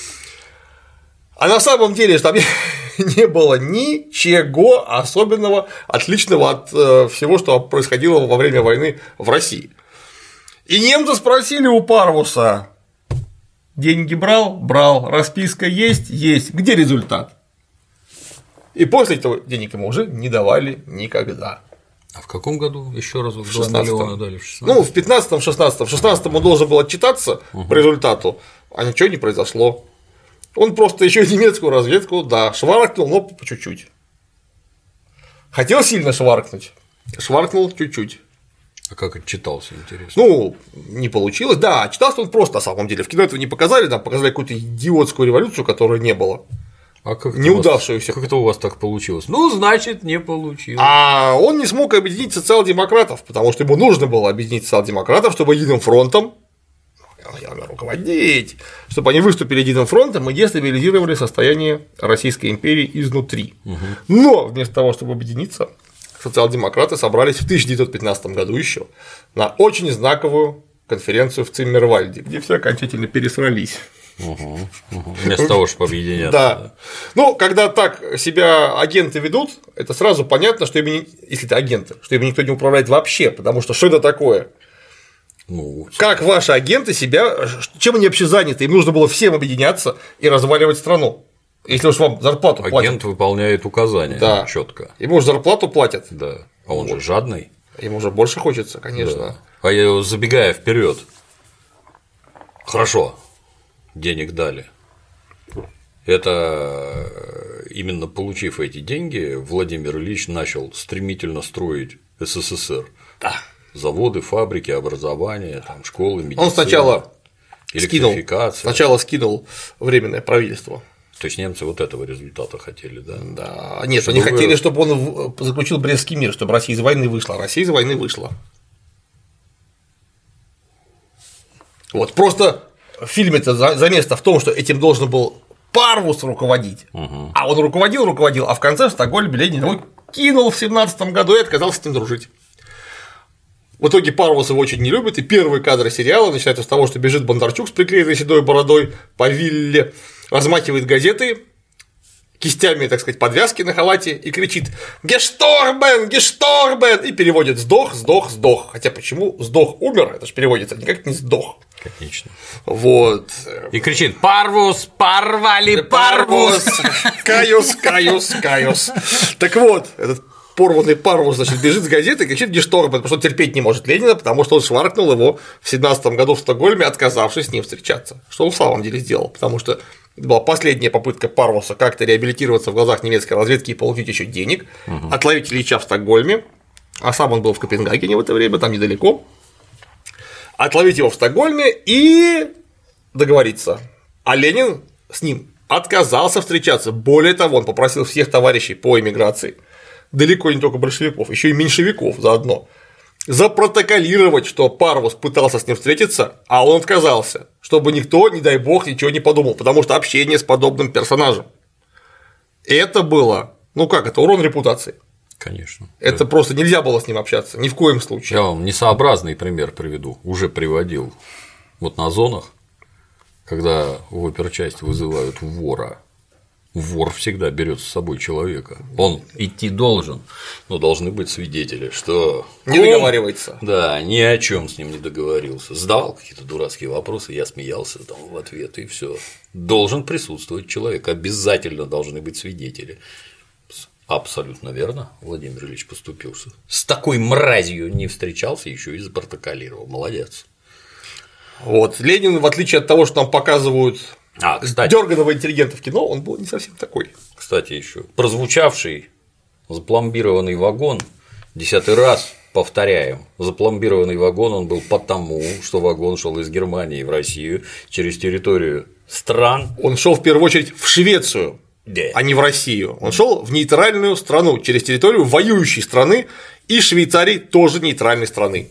А на самом деле там не было ничего особенного, отличного от всего, что происходило во время войны в России. И немцы спросили у Парвуса: деньги брал? Брал. Расписка есть? Есть. Где результат? И после этого денег ему уже не давали никогда. А в каком году еще раз в шестнадцатом дали? В ну, в пятнадцатом, шестнадцатом. В шестнадцатом он должен был отчитаться угу. по результату, а ничего не произошло. Он просто еще и немецкую разведку, да, шваркнул, но по чуть-чуть. Хотел сильно шваркнуть, шваркнул чуть-чуть. А как отчитался, интересно? Ну, не получилось. Да, отчитался он просто на самом деле. В кино этого не показали, там показали какую-то идиотскую революцию, которой не было. А как неудавшуюся. Как это у вас так получилось? Ну, значит, не получилось. А он не смог объединить социал-демократов, потому что ему нужно было объединить социал-демократов, чтобы единым фронтом руководить, чтобы они выступили единым фронтом и дестабилизировали состояние Российской империи изнутри. Угу. Но вместо того, чтобы объединиться, социал-демократы собрались в тысяча девятьсот пятнадцатом году еще на очень знаковую конференцию в Циммервальде, где все окончательно пересрались. Угу, угу. Вместо того, чтобы объединяться. Да. Ну, когда так себя агенты ведут, это сразу понятно, что ими, если это агенты, что ими никто не управляет вообще, потому что что это такое? Ну, как ваши агенты себя, чем они вообще заняты? Им нужно было всем объединяться и разваливать страну. Если уж вам зарплату агент платят. Агент выполняет указания, да. Четко. Ему же зарплату платят. Да. А он вот. же жадный. Ему же больше хочется, конечно. Да. А я забегая вперед. Хорошо. Денег дали. Это именно получив эти деньги, Владимир Ильич начал стремительно строить СССР. Да. Заводы, фабрики, образование, там, школы, медицина. Он сначала скинул, электрификация. Сначала скинул временное правительство. То есть немцы вот этого результата хотели, да? Да. Нет, чтобы они хотели, чтобы он заключил Брестский мир, чтобы Россия из войны вышла. А Россия из войны вышла. Вот. Просто в фильме-то замес-то в том, что этим должен был Парвус руководить. Угу. А он руководил, руководил, а в конце в Стокгольме Ленин его кинул в семнадцатом году и отказался с ним дружить. В итоге Парвус его очень не любит, и первые кадры сериала начинаются с того, что бежит Бондарчук с приклеенной седой бородой по вилле, размахивает газеты, кистями, так сказать, подвязки на халате и кричит «Гешторбен! Гешторбен!» и переводит «сдох, сдох, сдох». Хотя почему «сдох» умер, это же переводится никак не «сдох». Конечно. Вот. И кричит «Парвус! Порвали Парвус!» Каюс, каюс, каюс. Так вот, этот порванный Парвус, значит, бежит с газеты и кричит «Гешторбен», потому что он терпеть не может Ленина, потому что он шваркнул его в семнадцатом году в Стокгольме, отказавшись с ним встречаться. Что он в самом деле сделал, потому что это была последняя попытка Парвуса как-то реабилитироваться в глазах немецкой разведки и получить еще денег, угу. отловить Ильича в Стокгольме, а сам он был в Копенгагене в это время, там недалеко, отловить его в Стокгольме и договориться. А Ленин с ним отказался встречаться. Более того, он попросил всех товарищей по эмиграции, далеко не только большевиков, еще и меньшевиков заодно, запротоколировать, что Парвус пытался с ним встретиться, а он отказался, чтобы никто, не дай бог, ничего не подумал, потому что общение с подобным персонажем – это было, ну как, это урон репутации. Конечно. Это да. Просто нельзя было с ним общаться, ни в коем случае. Я вам несообразный пример приведу, уже приводил. Вот на зонах, когда в оперчасть вызывают вора, Вор всегда берет с собой человека. Он идти должен, но должны быть свидетели, что не он, договаривается. Да, ни о чем с ним не договорился. Задавал какие-то дурацкие вопросы, я смеялся там в ответ, и все. Должен присутствовать человек, обязательно должны быть свидетели. Абсолютно верно, Владимир Ильич поступился. С такой мразью не встречался, еще и запротоколировал. Молодец. Вот. Ленин, в отличие от того, что нам показывают а, кстати, дерганого интеллигента в кино, он был не совсем такой. Кстати, еще прозвучавший запломбированный вагон, десятый раз повторяем, запломбированный вагон он был потому, что вагон шел из Германии в Россию через территорию стран. Он шел в первую очередь в Швецию, да. а не в Россию. Он шел в нейтральную страну через территорию воюющей страны и Швейцарии тоже нейтральной страны.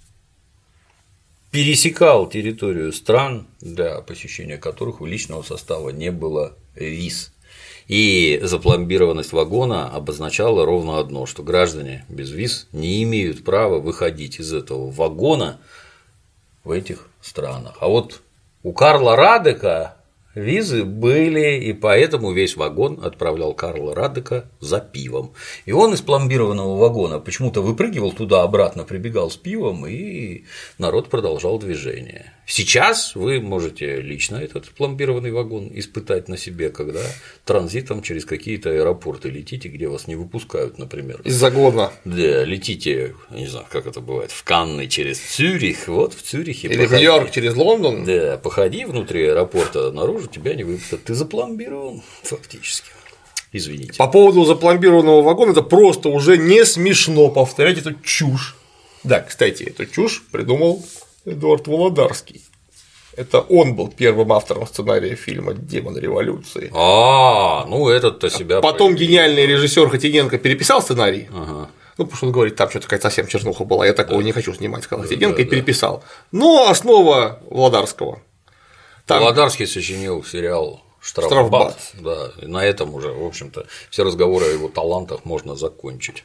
Пересекал территорию стран, для посещения которых у личного состава не было виз. И запломбированность вагона обозначала ровно одно, что граждане без виз не имеют права выходить из этого вагона в этих странах. А вот у Карла Радека визы были, и поэтому весь вагон отправлял Карла Радека за пивом. И он из пломбированного вагона почему-то выпрыгивал туда-обратно, прибегал с пивом, и народ продолжал движение. Сейчас вы можете лично этот пломбированный вагон испытать на себе, когда транзитом через какие-то аэропорты летите, где вас не выпускают, например. Из-за года. Да, летите, не знаю, как это бывает, в Канны через Цюрих, вот в Цюрихе. Или походи, в Нью-Йорк через Лондон. Да, походи внутри аэропорта, наружу тебя не выпустят. Ты запломбирован фактически. Извините. По поводу запломбированного вагона, это просто уже не смешно повторять эту чушь. Да, кстати, эту чушь придумал Эдуард Володарский. Это он был первым автором сценария фильма «Демон революции». А, ну этот-то себя. Потом проявил. Гениальный режиссер Хотиненко переписал сценарий. Ага. Ну, потому что он говорит, там что-то какая-то совсем чернуха была, я такого да. не хочу снимать, сказал да, Хотиненко, да, и переписал. Да. Но основа Володарского. Там... Володарский сочинил сериал «Штрафбат». Штрафбат. Да, и на этом уже, в общем-то, все разговоры о его талантах можно закончить.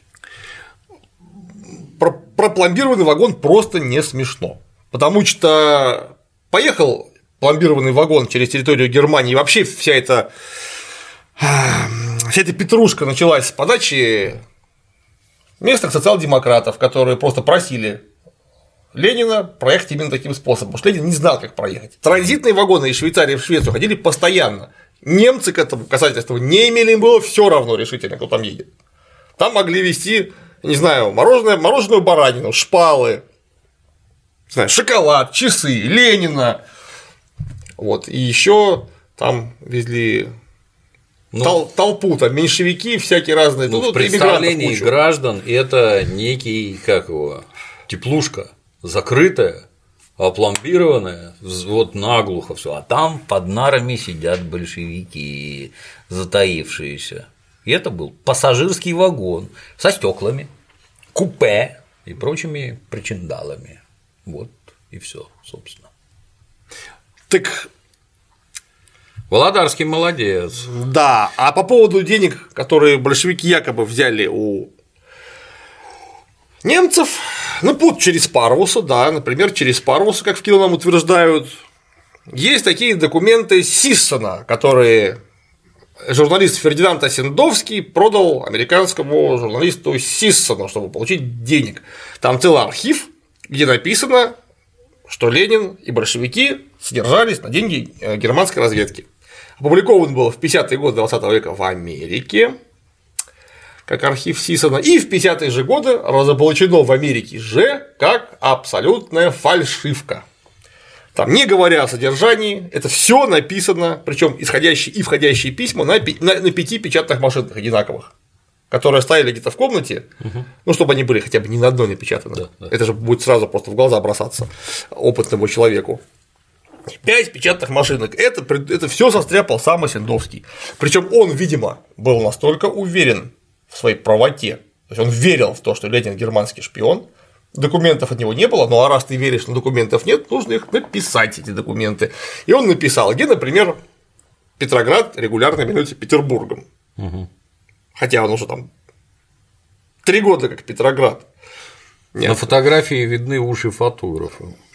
Про, про пломбированный вагон просто не смешно. Потому что поехал пломбированный вагон через территорию Германии, и вообще вся эта, вся эта петрушка началась с подачи местных социал-демократов, которые просто просили Ленина проехать именно таким способом, потому что Ленин не знал, как проехать. Транзитные вагоны из Швейцарии в Швецию ходили постоянно. Немцы к этому касательству не имели, им было все равно решительно, кто там едет. Там могли везти, не знаю, мороженое, мороженую баранину, шпалы, не знаю, шоколад, часы, Ленина. Вот. И еще там везли ну, тол- толпу, там меньшевики, всякие разные. Ну, ну, в представлении граждан это некий, как его, теплушка, закрытая, опломбированная, вот наглухо все. А там под нарами сидят большевики, затаившиеся. И это был пассажирский вагон со стеклами, купе и прочими причиндалами. Вот и все, собственно. Так. Володарский молодец. Да, а по поводу денег, которые большевики якобы взяли у немцев, ну, путь через Парвуса, да, например, через Парвуса, как в кино нам утверждают, есть такие документы Сиссона, которые журналист Фердинанд Осендовский продал американскому журналисту Сиссону, чтобы получить денег. Там целый архив, где написано, что Ленин и большевики содержались на деньги германской разведки. Опубликован был в пятидесятые годы двадцатого века в Америке, как архив Сиссона, и в пятидесятые же годы разоблачено в Америке же как абсолютная фальшивка. Там, не говоря о содержании, это все написано, причем исходящие и входящие письма на, на, на пяти печатных машинках одинаковых, которые стояли где-то в комнате, угу. ну, чтобы они были хотя бы не на одной напечатаны. Да, да. Это же будет сразу просто в глаза бросаться опытному человеку. Пять печатных машинок. Это, это все состряпал сам Осендовский. Причем он, видимо, был настолько уверен в своей правоте. То есть он верил в то, что Ленин германский шпион. Документов от него не было, ну а раз ты веришь, что документов нет, нужно их написать, эти документы. И он написал, где, например, Петроград регулярно именуется Петербургом. Угу. Хотя он уже там три года как Петроград. Нет. На фотографии видны уши фотографа.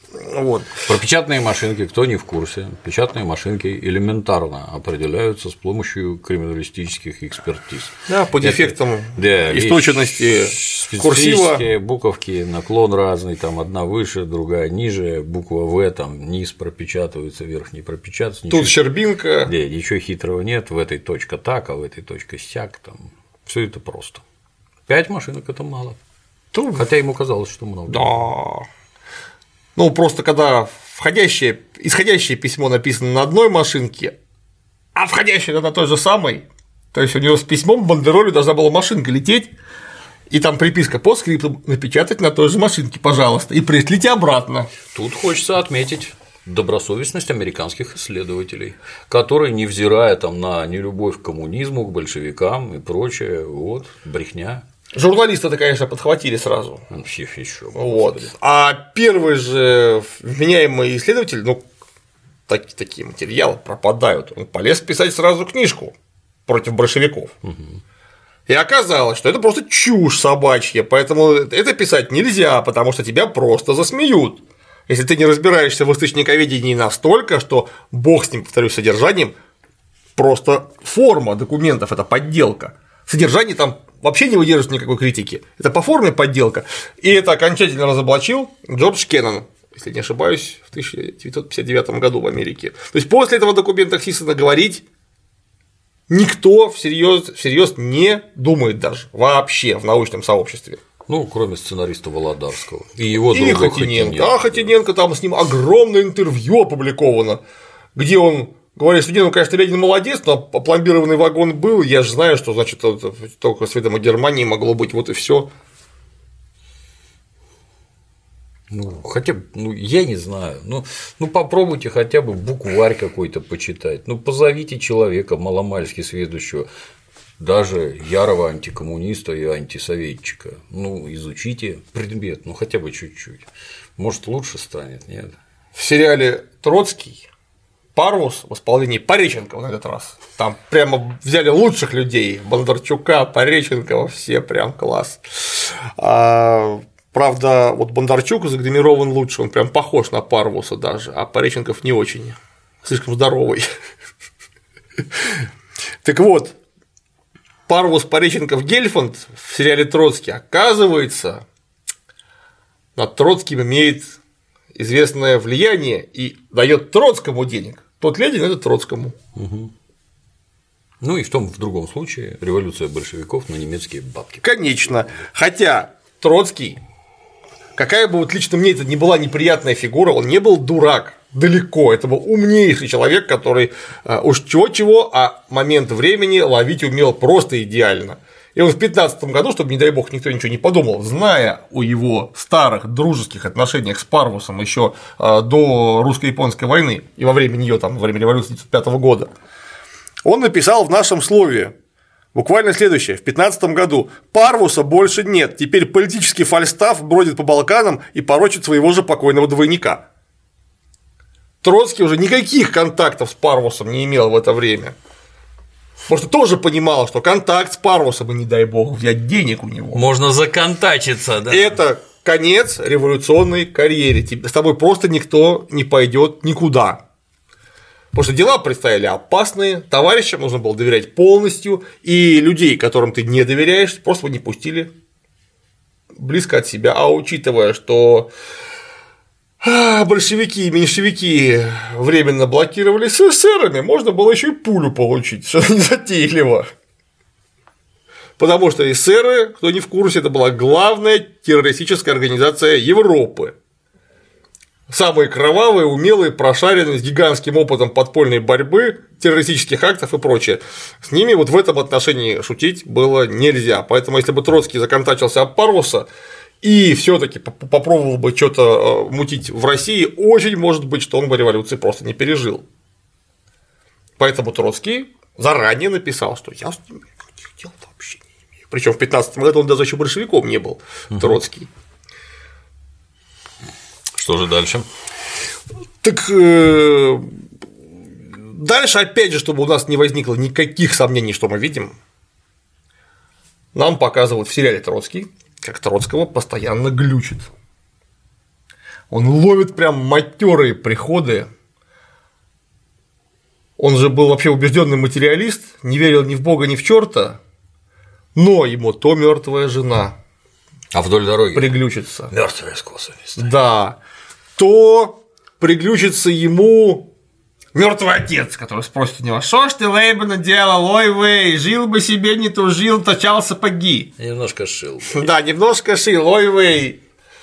Вот. Про печатные машинки, кто не в курсе, печатные машинки элементарно определяются с помощью криминалистических экспертиз. Да, по дефектам это, да, источенности курсива. Буковки, наклон разный, там одна выше, другая ниже, буква В, там низ пропечатывается, верх не пропечатывается. Тут ничего, щербинка. Да, ничего хитрого нет, в этой точка так, а в этой точке сяк, там все это просто. Пять машинок – это мало. То... Хотя ему казалось, что много. Да. Ну, просто когда входящее, исходящее письмо написано на одной машинке, а входящее на той же самой, то есть у него с письмом бандеролью должна была машинка лететь, и там приписка по скрипту напечатать на той же машинке, пожалуйста, и пришлите обратно. Тут хочется отметить добросовестность американских исследователей, которые, невзирая там на нелюбовь к коммунизму, к большевикам и прочее, вот, брехня. Журналисты-то, конечно, подхватили сразу. Еще. Вот. А первый же вменяемый исследователь, ну, так, такие материалы пропадают. Он полез писать сразу книжку против большевиков. Угу. И оказалось, что это просто чушь собачья, поэтому это писать нельзя, потому что тебя просто засмеют. Если ты не разбираешься в источниковедении настолько, что бог с ним, повторюсь, содержанием, просто форма документов – это подделка. Содержание там вообще не выдерживает никакой критики. Это по форме подделка. И это окончательно разоблачил Джордж Кеннон, если не ошибаюсь, в тысяча девятьсот пятьдесят девятом году в Америке. То есть после этого документа Сисона говорить никто всерьез, всерьез не думает даже вообще в научном сообществе. Ну, кроме сценариста Володарского и его друга Хатиненко. Хатиненко. А Хатиненко, там с ним огромное интервью опубликовано, где он говорит, что, ну, конечно, Ленин молодец, но опломбированный вагон был, я же знаю, что, значит, только с видом Германии могло быть, вот и все. Ну, хотя бы, ну, я не знаю, ну, ну, попробуйте хотя бы букварь какой-то почитать, ну, позовите человека маломальски сведущего, даже ярого антикоммуниста и антисоветчика, ну, изучите предмет, ну, хотя бы чуть-чуть, может, лучше станет, нет? В сериале «Троцкий» Парвус в исполнении Пореченкова на этот раз. Там прямо взяли лучших людей. Бондарчука, Пореченкова, все прям класс. А, правда, вот Бондарчук загримирован лучше, он прям похож на Парвуса даже, а Пореченков не очень. Слишком здоровый. Так вот, Парвус, Пореченков, Гельфанд в сериале «Троцкий», оказывается, над Троцким имеет известное влияние и дает Троцкому денег. Тот Ленин – это Троцкому. Угу. Ну и в том, в другом случае революция большевиков на немецкие бабки. Конечно. Хотя Троцкий, какая бы вот лично мне это ни была неприятная фигура, он не был дурак. Далеко. Это был умнейший человек, который уж чего-чего, а момент времени ловить умел просто идеально. И он в пятнадцатом году, чтобы, не дай бог, никто ничего не подумал, зная о его старых дружеских отношениях с Парвусом еще до русско-японской войны и во время нее, там, во время революции тысяча девятьсот пятого года, он написал в нашем слове буквально следующее: в пятнадцатом году Парвуса больше нет, теперь политический фальстаф бродит по Балканам и порочит своего же покойного двойника. Троцкий уже никаких контактов с Парвусом не имел в это время. Потому что тоже понимал, что контакт с Парвусом, и не дай бог взять денег у него. Можно законтачиться, да. Это конец революционной карьере. С тобой просто никто не пойдет никуда. Потому что дела предстояли опасные, товарищам нужно было доверять полностью, и людей, которым ты не доверяешь, просто не пустили близко от себя. А учитывая, что большевики и меньшевики временно блокировали с эсерами, можно было еще и пулю получить, что незатейливо. Потому что эсеры, кто не в курсе, это была главная террористическая организация Европы. Самые кровавые, умелые, прошаренные, с гигантским опытом подпольной борьбы, террористических актов и прочее. С ними вот в этом отношении шутить было нельзя. Поэтому, если бы Троцкий законтачился об Парвуса и все-таки попробовал бы что-то мутить в России, очень может быть, что он бы революции просто не пережил. Поэтому Троцкий заранее написал, что я с ним никаких дел вообще не имею. Причем в пятнадцатом году он даже еще большевиком не был, угу. Троцкий. Что же дальше? Так э, дальше, опять же, чтобы у нас не возникло никаких сомнений, что мы видим, нам показывают в сериале «Троцкий», как Троцкого постоянно глючит. Он ловит прям матерые приходы. Он же был вообще убежденный материалист, не верил ни в Бога, ни в черта, но ему то мертвая жена. А вдоль дороги приглючится. Мертвые с косами стоят. Да. То приглючится ему мертвый отец, который спросит у него: что ж ты, Лейбена, делал, ой вей, жил бы себе, не тужил, точал сапоги. Немножко шил. Да, немножко шил, ой вей.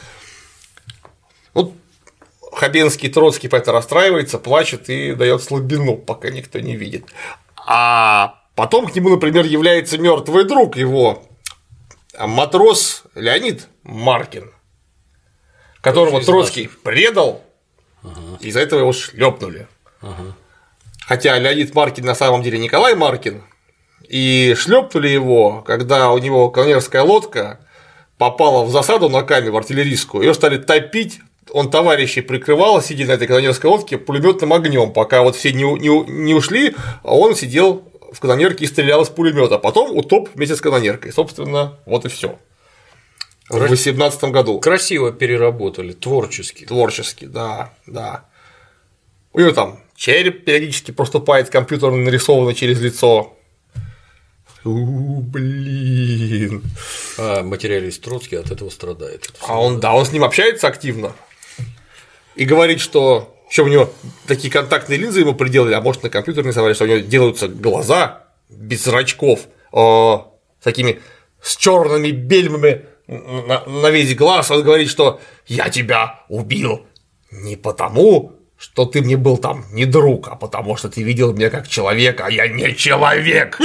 Вот Хабенский, Троцкий по это расстраивается, плачет и дает слабину, пока никто не видит. А потом к нему, например, является мертвый друг его, матрос Леонид Маркин, которого Троцкий предал, ага. и из-за этого его шлепнули. Ага. Хотя Леонид Маркин на самом деле Николай Маркин, и шлепнули его, когда у него канонерская лодка попала в засаду на Каме, в артиллерийскую, ее стали топить. Он товарищей прикрывал, сидя на этой канонерской лодке, пулеметным огнем, пока вот все не, не, не ушли, а он сидел в канонерке и стрелял из пулемета, потом утоп вместе с канонеркой. Собственно, вот и все. В восемнадцатом году. Красиво переработали, творчески. Творчески, да, да. У него там череп периодически проступает, компьютерно нарисованный через лицо. У, блин. А материалист Троцкий от этого страдает. А он, да, он с ним общается активно. И говорит, что еще у него такие контактные линзы ему приделали, а может на компьютер рисовали, что у него делаются глаза без зрачков, э, такими с черными бельмами на, на весь глаз. Он говорит, что я тебя убил не потому, что ты мне был там не друг, а потому что ты видел меня как человека, а я не человек.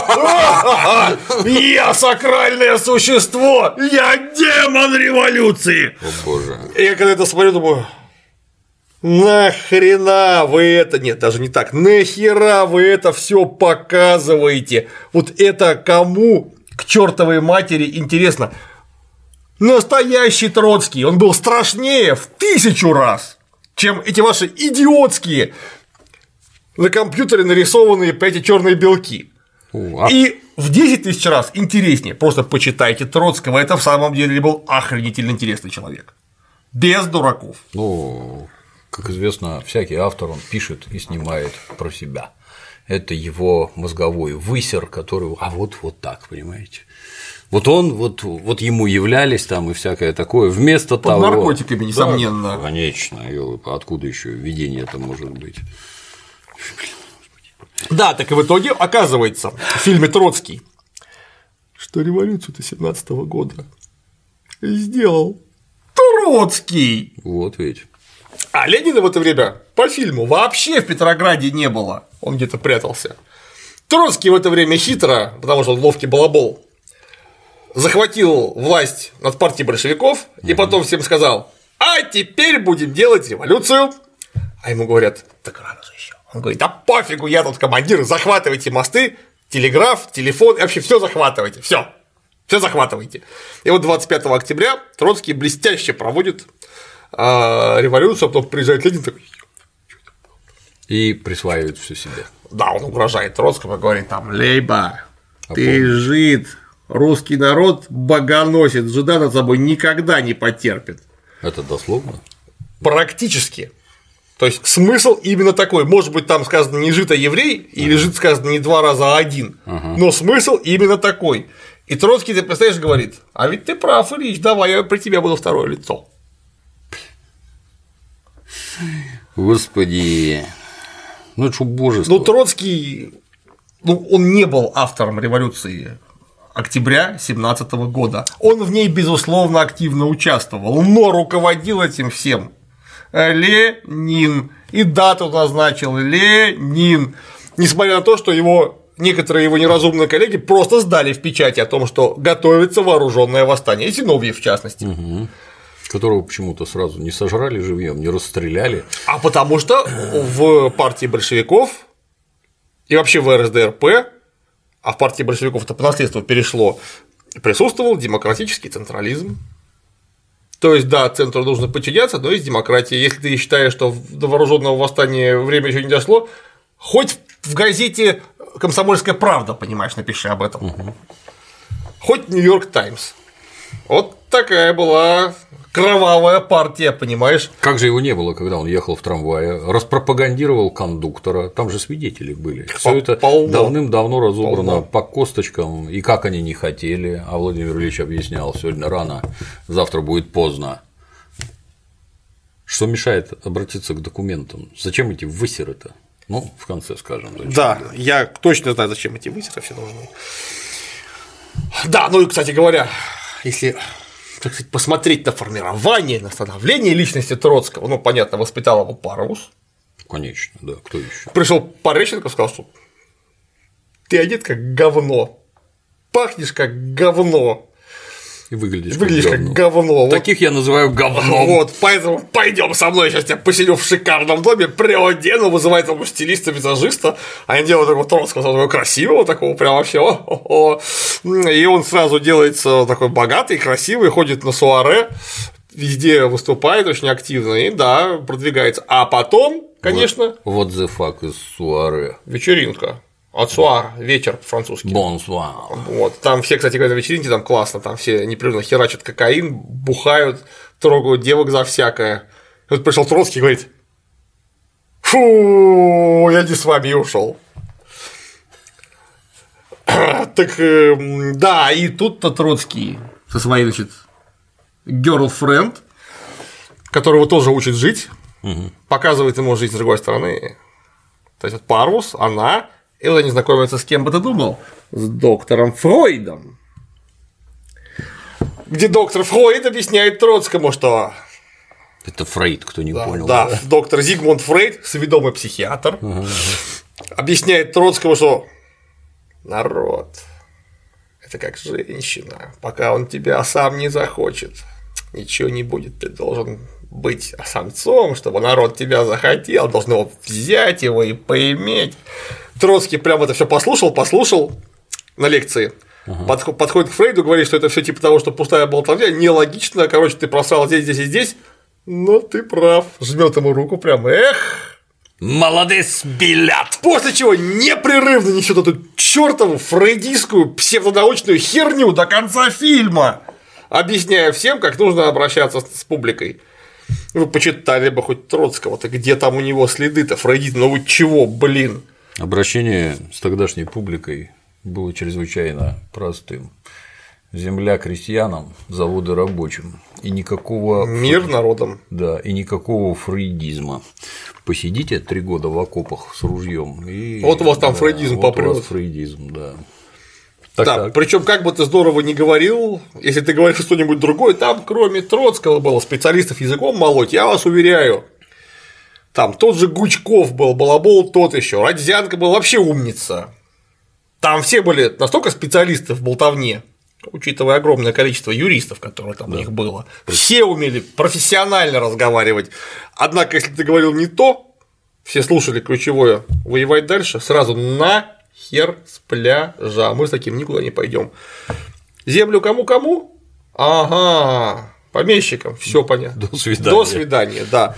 Я сакральное существо, я демон революции. О боже. Я когда это смотрю, думаю: нахрена вы это, нет, даже не так, нахера вы это все показываете? Вот это кому к чертовой матери интересно? Настоящий Троцкий, он был страшнее в тысячу раз, чем эти ваши идиотские на компьютере нарисованные эти черные белки. О, а... И в десять тысяч раз интереснее. Просто почитайте Троцкого, это в самом деле был охренительно интересный человек. Без дураков. Ну, как известно, всякий автор, он пишет и снимает про себя. Это его мозговой высер, который. А вот вот так, понимаете? Вот он, вот, вот ему являлись там и всякое такое, вместо Под того. Под наркотиками, несомненно. Да, конечно, ёлка, откуда еще видение это может быть? Да, так и в итоге оказывается в фильме «Троцкий», что революцию-то семнадцатого года сделал Троцкий. Вот ведь. А Ленина в это время по фильму вообще в Петрограде не было, он где-то прятался. Троцкий в это время хитро, потому что он ловкий балабол, захватил власть над партией большевиков и потом всем сказал: а теперь будем делать революцию. А ему говорят: так рано же еще. Он говорит: да пофигу, я тут командир, захватывайте мосты, телеграф, телефон, и вообще все захватывайте, все, все захватывайте. И вот двадцать пятого октября Троцкий блестяще проводит э, революцию, а потом приезжает Ленин такой и присваивает все себе. Да, он угрожает Троцкому и говорит там: Лейба, а ты помню. жид, русский народ богоносит, жида над собой никогда не потерпит. Это дословно? Практически. То есть смысл именно такой. Может быть, там сказано не жид, а еврей, или жид сказано не два раза, а один. Ага. Но смысл именно такой. И Троцкий, ты представляешь, говорит: а ведь ты прав, Ильич, давай я при тебе буду второе лицо. Господи. Ну это что, божество. Ну, Троцкий, ну, он не был автором революции октября семнадцатого года. Он в ней, безусловно, активно участвовал, но руководил этим всем Ленин. И дату назначил Ленин. Несмотря на то, что его некоторые его неразумные коллеги просто сдали в печати о том, что готовится вооруженное восстание, Зиновьев в частности. Угу. Которого почему-то сразу не сожрали живьем, не расстреляли. А потому что в партии большевиков и вообще в эр эс дэ эр пэ, а в партии большевиков это по наследству перешло, присутствовал демократический централизм. То есть, да, центру нужно подчиняться, но есть демократия. Если ты считаешь, что до вооруженного восстания время еще не дошло, хоть в газете «Комсомольская правда», понимаешь, напиши об этом. Угу. Хоть Нью-Йорк Таймс. Вот такая была кровавая партия, понимаешь? Как же его не было, когда он ехал в трамвае, распропагандировал кондуктора, там же свидетели были. Все это Полно. давным-давно разобрано Полно. по косточкам, и как они не хотели, а Владимир Ильич объяснял: сегодня рано, завтра будет поздно. Что мешает обратиться к документам? Зачем эти высеры-то? Ну, в конце скажем. Да, да, я точно знаю, зачем эти высеры все нужны. Да, ну и, кстати говоря, если, так сказать, посмотреть на формирование, на становление личности Троцкого, ну, понятно, воспитал его Парвус. Конечно, да, кто еще? Пришел Пореченко и сказал, что ты одет как говно, пахнешь как говно. И выглядишь, выглядишь как говно. Как говно. Таких вот, я называю говном. Вот, поэтому пойдем со мной, сейчас тебя поселю в шикарном доме, приодену, вызывает ему стилиста, визажиста, они делают такого Троцкого, такого красивого, такого прям вообще, о-о-о. И он сразу делается такой богатый, красивый, ходит на суаре, везде выступает очень активно и, да, продвигается. А потом, конечно… Вот the fuck из суаре. Вечеринка. От суар, вечер по-французски. Бонсуар. Вот. Там все, кстати говоря, на вечеринке там классно, там все непрерывно херачат кокаин, бухают, трогают девок за всякое. И вот пришел Троцкий и говорит: фу, я не с вами и ушел. Так да, и тут-то Троцкий со своей, значит, girlfriend, которого тоже учит жить, угу. Показывает ему жизнь с другой стороны. То есть вот Парвус, она. И вот они знакомятся с кем бы ты думал? С доктором Фройдом. Где доктор Фройд объясняет Троцкому, что… Это Фрейд, кто не да, понял. Да, да, доктор Зигмунд Фрейд, сведомый психиатр, uh-huh. объясняет Троцкому, что народ – это как женщина, пока он тебя сам не захочет, ничего не будет, ты должен быть самцом, чтобы народ тебя захотел, должен его взять его и поиметь. Троцкий прям это все послушал, послушал на лекции, uh-huh. подх- подходит к Фрейду, говорит, что это все типа того, что пустая болтовня, нелогично, короче, ты просрал здесь, здесь и здесь, но ты прав, жмет ему руку прям, эх, молодец, билет. После чего непрерывно несет эту чертову фрейдистскую псевдонаучную херню до конца фильма, объясняя всем, как нужно обращаться с публикой. Вы почитали бы хоть Троцкого-то, где там у него следы-то, Фрейдит, ну вы чего, блин? Обращение с тогдашней публикой было чрезвычайно простым. Земля крестьянам, заводы рабочим. И никакого… Мир народом. Да, и никакого фрейдизма. Посидите три года в окопах с ружьем и… Вот у вас там да, фрейдизм вот попрёт. У вас фрейдизм, да. Так, да, так. Причем как бы ты здорово не говорил, если ты говоришь что-нибудь другое, там кроме Троцкого было специалистов языком молоть, я вас уверяю. Там тот же Гучков был, Балабол тот еще, Родзянко был вообще умница. Там все были настолько специалисты в болтовне, учитывая огромное количество юристов, которые там да. у них было. Все умели профессионально разговаривать. Однако, если ты говорил не то, все слушали ключевое воевать дальше, сразу на хер с пляжа. Мы с таким никуда не пойдем. Землю кому-кому? Ага, помещикам, все понятно. До свидания. До свидания, да.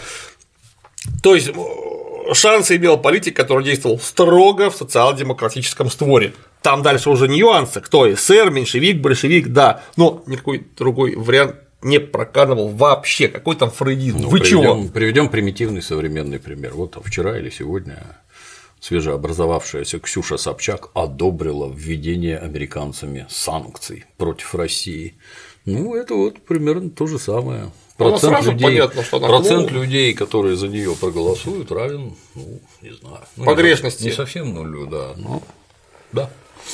То есть шансы имел политик, который действовал строго в социал-демократическом створе. Там дальше уже нюансы, кто эсер, меньшевик, большевик, да, но никакой другой вариант не проканывал вообще. Какой там фрейдизм? Ну, Вы приведем, чего? Приведем примитивный современный пример. Вот вчера или сегодня свежеобразовавшаяся Ксюша Собчак одобрила введение американцами санкций против России. Ну, это вот примерно то же самое. Процент, людей, понятно, что процент людей, которые за нее проголосуют, равен, ну, не знаю. Ну, погрешности. Не, не совсем нулю, да, но да.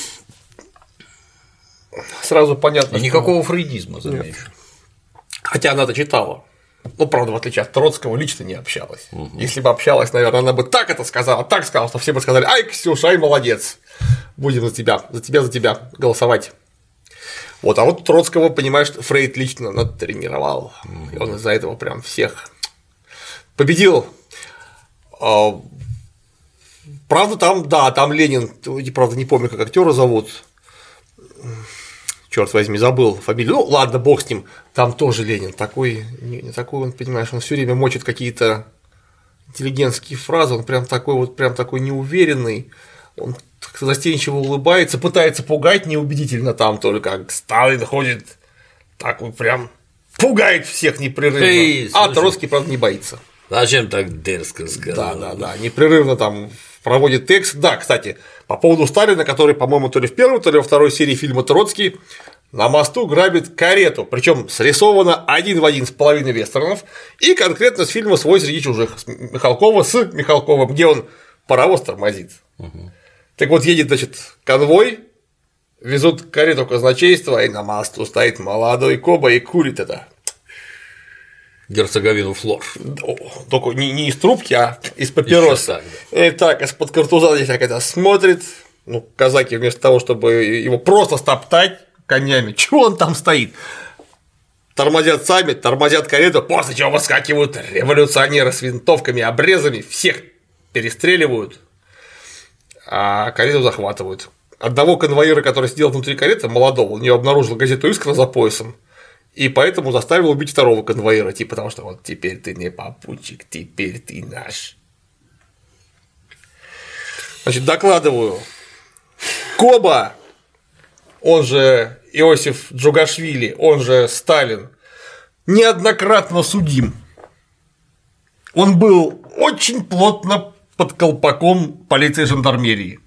Сразу понятно. И никакого фрейдизма, замечу. Хотя она-то читала. Ну, правда, в отличие от Троцкого, лично не общалась. Угу. Если бы общалась, наверное, она бы так это сказала, так сказала, что все бы сказали: ай, Ксюша, ай, молодец, будем за тебя, за тебя, за тебя голосовать. Вот, а вот Троцкого, понимаешь, Фрейд лично натренировал. Угу. И он из-за этого прям всех победил. Правда, там, да, там Ленин, правда, не помню, как актера зовут. Черт возьми, забыл фамилию. Ну, ладно, бог с ним. Там тоже Ленин. Такой, не такой он, понимаешь, он все время мочит какие-то интеллигентские фразы, он прям такой вот, прям такой неуверенный. Он застенчиво улыбается, пытается пугать неубедительно там только. Сталин ходит так вот прям пугает всех непрерывно. Эй, а Троцкий, правда, не боится. Зачем так дерзко сказал? Да, да, да, непрерывно там проводит текст. Да, кстати, по поводу Сталина, который, по-моему, то ли в первой, то ли во второй серии фильма «Троцкий» на мосту грабит карету, причем срисовано один в один с половиной вестернов, и конкретно с фильма «Свой среди чужих» с Михалкова с Михалковым, где он паровоз тормозит. Угу. Так вот, едет, значит, конвой, везут карету казначейства, и на мосту стоит молодой Коба и курит это. Герцоговину флор. Только не, не из трубки, а из папирос. Так, да. И так, из-под картуза здесь так это смотрит. Ну, казаки вместо того, чтобы его просто стоптать конями, чего он там стоит? Тормозят сами, тормозят карету, после чего выскакивают революционеры с винтовками, обрезами, всех перестреливают, а карету захватывают. Одного конвоира, который сидел внутри кареты, молодого, у него обнаружил газету «Искра» за поясом, и поэтому заставил убить второго конвоира, типа потому что вот теперь ты не попутчик, теперь ты наш. Значит, докладываю. Коба, он же Иосиф Джугашвили, он же Сталин, неоднократно судим. Он был очень плотно под колпаком полиции и жандармерии.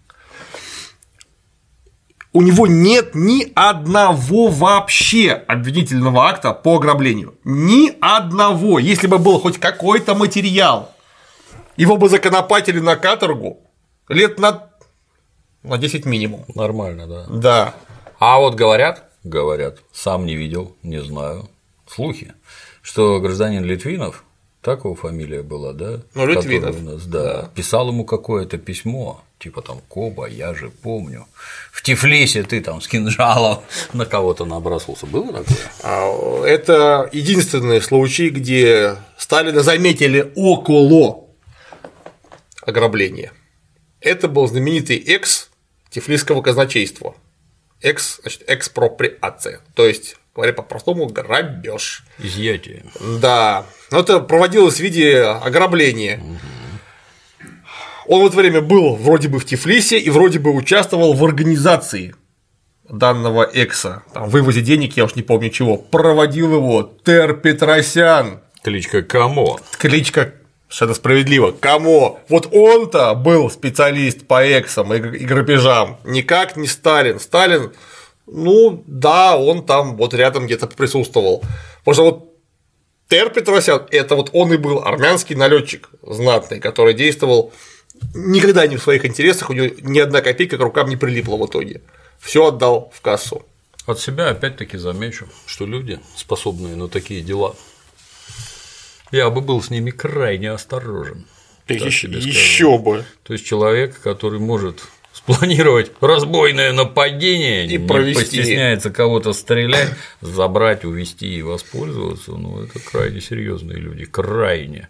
У него нет ни одного вообще обвинительного акта по ограблению. Ни одного. Если бы был хоть какой-то материал, его бы законопатили на каторгу лет на, на десять минимум. Нормально, да. Да. А вот говорят, говорят, сам не видел, не знаю, слухи, что гражданин Литвинов, так его фамилия была, да? Ну, Литвинов. У нас, да, да. Писал ему какое-то письмо, типа там Коба, я же помню. В Тифлисе ты там с кинжалом на кого-то набросился. Было такое? Это единственный случай, где Сталина заметили около ограбления. Это был знаменитый экс Тифлисского казначейства. Экс, значит, экспроприация. То есть, говоря по-простому, грабеж. Изъятие. Да. Но это проводилось в виде ограбления. Угу. Он в это время был вроде бы в Тифлисе и вроде бы участвовал в организации данного экса. Там, в вывозе денег, я уж не помню чего. Проводил его Тер Петросян. Кличка Камо. Кличка. Совершенно справедливо. Кому? Вот он-то был специалист по эксам и грабежам, никак не Сталин. Сталин, ну да, он там вот рядом где-то присутствовал. Потому что вот Тер Петросян – это вот он и был армянский налетчик знатный, который действовал никогда не в своих интересах, у него ни одна копейка к рукам не прилипла в итоге. Все отдал в кассу. От себя опять-таки замечу, что люди, способные на такие дела, я бы был с ними крайне осторожен. Еще бы. То есть человек, который может спланировать разбойное нападение, и не провести. Постесняется кого-то стрелять, забрать, увести и воспользоваться, ну это крайне серьезные люди, крайне.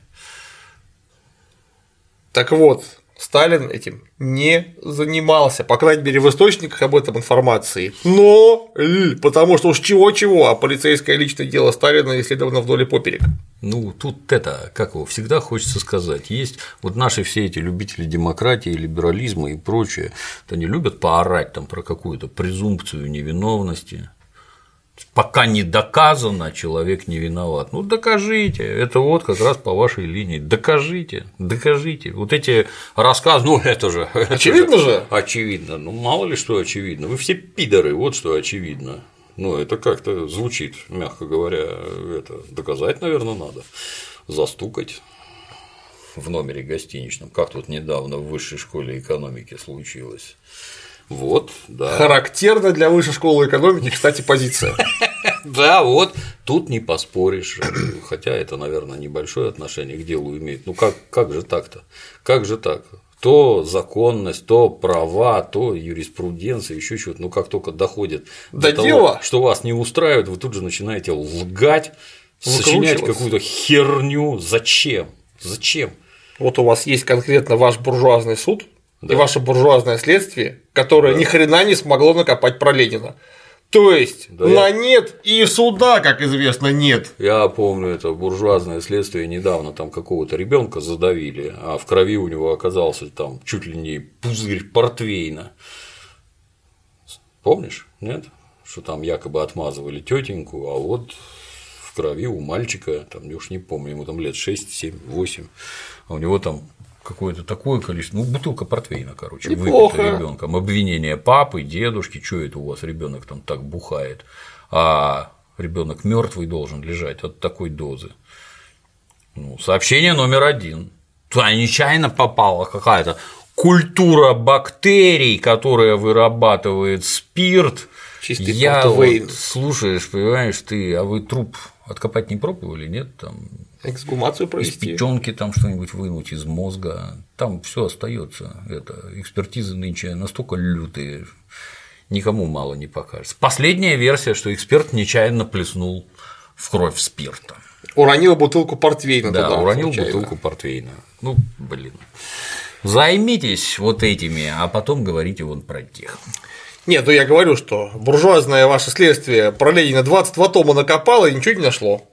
Так вот, Сталин этим не занимался, по крайней мере, в источниках об этом информации. Но, потому что уж чего-чего, а полицейское личное дело Сталина исследовано вдоль и поперек. Ну, тут это, как его, всегда хочется сказать, есть вот наши все эти любители демократии, либерализма и прочее, то они любят поорать там про какую-то презумпцию невиновности. Пока не доказано, человек не виноват. Ну, докажите. Это вот как раз по вашей линии. Докажите, докажите. Вот эти рассказы, ну, это же. Очевидно это же, же. Очевидно. Ну, мало ли что очевидно. Вы все пидоры, вот что очевидно. Ну, это как-то звучит, мягко говоря, это доказать, наверное, надо. Застукать в номере гостиничном. Как тут недавно в высшей школе экономики случилось. Вот, да. Характерна для высшей школы экономики, кстати, позиция. Да, вот тут не поспоришь, хотя это, наверное, небольшое отношение к делу имеет. Ну как, как же так-то? Как же так? То законность, то права, то юриспруденция, еще что-то. Ну как только доходит до, до того, что вас не устраивает, вы тут же начинаете лгать, сочинять какую-то херню. Зачем? Зачем? Вот у вас есть конкретно ваш буржуазный суд. Да. И ваше буржуазное следствие, которое да. ни хрена не смогло накопать про Ленина. То есть да на я... нет и суда, как известно, нет. Я помню это буржуазное следствие, недавно там какого-то ребенка задавили, а в крови у него оказался там чуть ли не пузырь портвейна. Помнишь? Нет? что там якобы отмазывали тетеньку, а вот в крови у мальчика, там, я уж не помню, ему там лет шесть, семь, восемь, а у него там какое-то такое количество, ну, бутылка портвейна, короче, выпита ребенком. Обвинение папы, дедушки, что это у вас ребенок там так бухает, а ребенок мертвый должен лежать от такой дозы. Ну, сообщение номер один. Туда нечаянно попала какая-то культура бактерий, которая вырабатывает спирт. Чистый Я портвейн. вот слушаешь, понимаешь, ты, а вы труп откопать не пробовали, нет? Там эксгумацию из провести. печёнки там что-нибудь вынуть из мозга, там все остается. Это экспертизы нынче настолько лютые, никому мало не покажется. Последняя версия, что эксперт нечаянно плеснул в кровь спирта. Уронил бутылку портвейна Да, туда. уронил случайно. бутылку портвейна. Ну, блин. Займитесь вот этими, а потом говорите вон про тех. Нет, ну я говорю, что буржуазное ваше следствие про Ленина двадцать два тома накопало и ничего не нашло.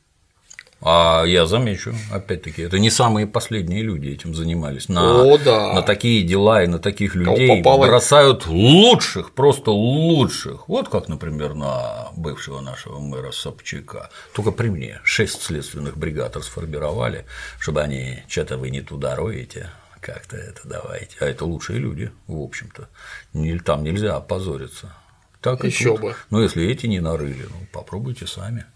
А я замечу, опять-таки, это не самые последние люди этим занимались. На, О, да. на такие дела и на таких людей попало... бросают лучших, просто лучших. Вот как, например, на бывшего нашего мэра Собчака. Только при мне шесть следственных бригад расформировали, чтобы они что-то вы не туда роете. Как-то это давайте. А это лучшие люди, в общем-то. Там нельзя опозориться. Так и Еще тут. бы. Но если эти не нарыли, ну попробуйте сами.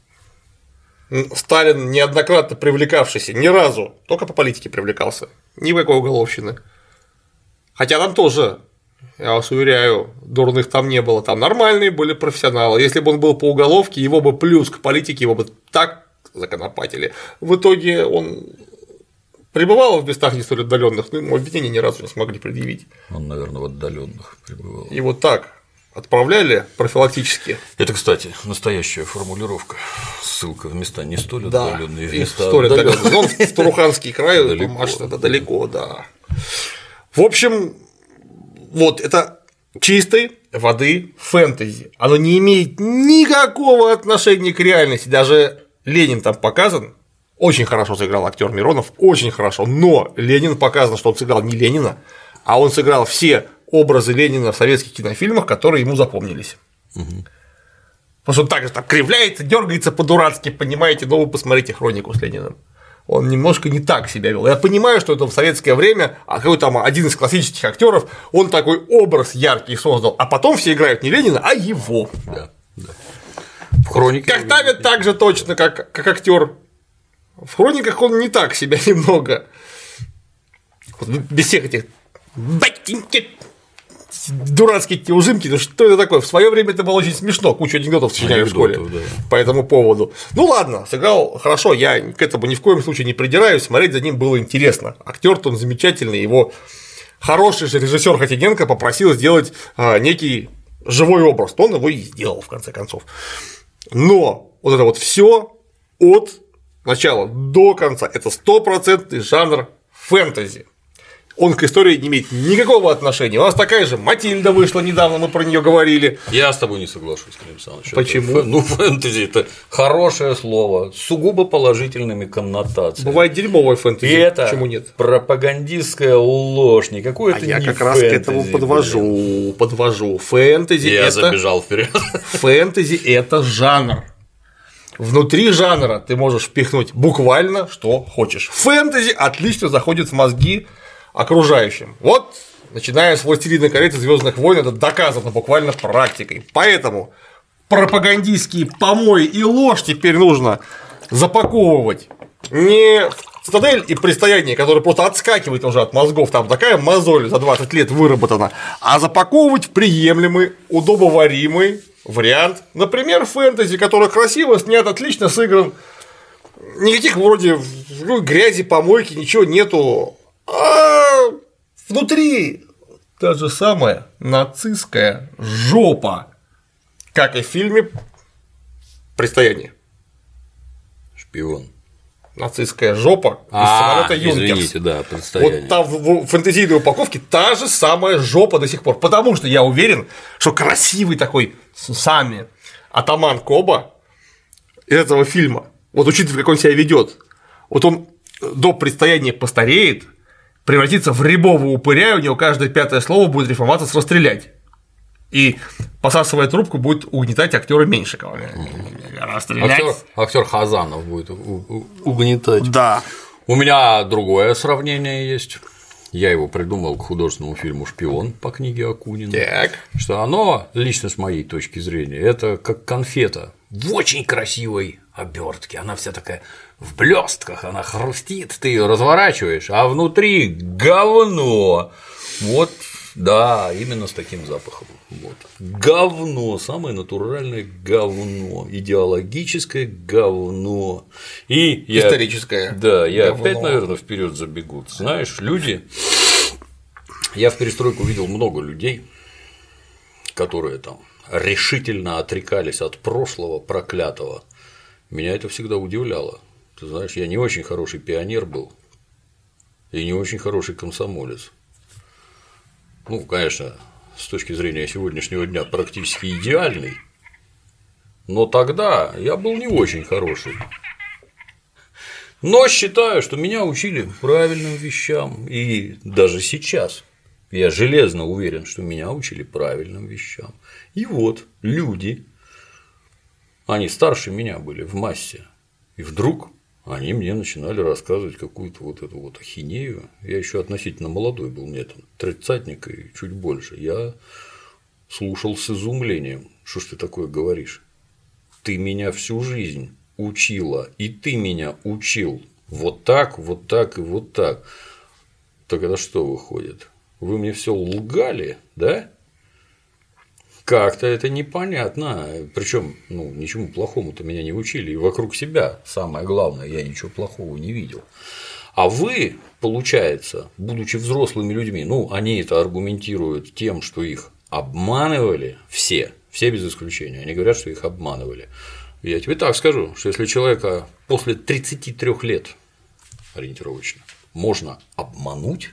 Сталин, неоднократно привлекавшийся, ни разу, только по политике привлекался, никакой уголовщины. Хотя там тоже, я вас уверяю, дурных там не было, там нормальные были профессионалы. Если бы он был по уголовке, его бы плюс к политике, его бы так законопатили. В итоге он пребывал в местах не столь отдаленных, но ему обвинения ни разу не смогли предъявить. Он, наверное, в отдаленных пребывал. И вот так отправляли профилактически. Это, кстати, настоящая формулировка. Ссылка в места не столь отдаленные, да, в места столь отдаленные. отдаленные. Он в Туруханский край, далеко, это далеко, да. В общем, вот это чистой воды фэнтези. Оно не имеет никакого отношения к реальности. Даже Ленин там показан. Очень хорошо сыграл актер Миронов, очень хорошо. Но Ленин показано, что он сыграл не Ленина, а он сыграл все образы Ленина в советских кинофильмах, которые ему запомнились. Угу. Потому что он так же там кривляется, дергается по-дурацки, понимаете, но вы посмотрите хронику с Лениным. Он немножко не так себя вел. Я понимаю, что это в советское время, а какой там один из классических актеров, он такой образ яркий создал, а потом все играют не Ленина, а его. Да, да. В хронике. Как Тавит так же точно, как, как актер. В хрониках он не так себя немного. Без всех этих дурацкие эти ужимки, ну что это такое? В свое время это было очень смешно, кучу анекдотов сочиняли в школе да. по этому поводу. Ну ладно, сыграл хорошо, я к этому ни в коем случае не придираюсь, смотреть за ним было интересно. Актер-то он замечательный, его хороший же режиссер Хатиненко попросил сделать а, некий живой образ, он его и сделал в конце концов. Но вот это вот все от начала до конца это стопроцентный жанр фэнтези. Он к истории не имеет никакого отношения. У нас такая же Матильда вышла недавно, мы про нее говорили. Я с тобой не соглашусь, Клим Александрович. Почему? Это, ну, фэнтези это хорошее слово, с сугубо положительными коннотациями. Бывает дерьмовое фэнтези. И это почему нет? Пропагандистская ложь, никакой а это я не как фэнтези, раз к этому подвожу, блин. подвожу. Фэнтези я это... забежал вперед. Фэнтези это жанр. Внутри жанра ты можешь впихнуть буквально что хочешь. Фэнтези отлично заходит в мозги окружающим. Вот, начиная с «Властелина колец» и «Звездных войн», это доказано буквально практикой. Поэтому пропагандистские помои и ложь теперь нужно запаковывать не в «Цитадель» и «Предстояние», которые просто отскакивают уже от мозгов, там такая мозоль за двадцать лет выработана, а запаковывать в приемлемый, удобоваримый вариант, например, фэнтези, который красиво снят, отлично сыгран, никаких вроде грязи, помойки, ничего нету. А внутри та же самая нацистская жопа, как и в фильме «Предстояние». Шпион. Нацистская жопа из а, самолета Юнкерс. Извините, да, «Предстояние». Вот там в фэнтезийной упаковке та же самая жопа до сих пор. Потому что я уверен, что красивый такой сами атаман Коба из этого фильма, вот учитывая, как он себя ведет, вот он до «Предстояния» постареет, превратится в рябового упыря, и у него каждое пятое слово будет рифмоваться с «расстрелять». И посасывая трубку, будет угнетать актера Меньшикова. Актер, актер Хазанов будет угнетать. Да. У меня другое сравнение есть. Я его придумал к художественному фильму «Шпион» по книге Акунина. Так. Что оно, лично с моей точки зрения, это как конфета в очень красивой обертке. Она вся такая в блестках, она хрустит, ты ее разворачиваешь, а внутри говно. Вот, да, именно с таким запахом. Вот. Говно, самое натуральное говно, идеологическое говно. И я, историческое. Да, я говно. опять, наверное, вперед забегу. Знаешь, люди. Я в перестройку видел много людей, которые там решительно отрекались от прошлого проклятого. Меня это всегда удивляло. Ты знаешь, я не очень хороший пионер был и не очень хороший комсомолец. Ну, конечно, с точки зрения сегодняшнего дня практически идеальный, но тогда я был не очень хороший. Но считаю, что меня учили правильным вещам, и даже сейчас я железно уверен, что меня учили правильным вещам. И вот люди, они старше меня были в массе, и вдруг они мне начинали рассказывать какую-то вот эту вот ахинею. Я еще относительно молодой был, мне там тридцатник и чуть больше. Я слушал с изумлением. Что ж ты такое говоришь? Ты меня всю жизнь учила, и ты меня учил вот так, вот так и вот так. Так это что выходит? Вы мне все лгали, да? Как-то это непонятно. Причем, ну, ничему плохому-то меня не учили. И вокруг себя, самое главное, я ничего плохого не видел. А вы, получается, будучи взрослыми людьми, ну, они это аргументируют тем, что их обманывали все, все без исключения. Они говорят, что их обманывали. Я тебе так скажу, что если человека после тридцати трёх лет ориентировочно можно обмануть,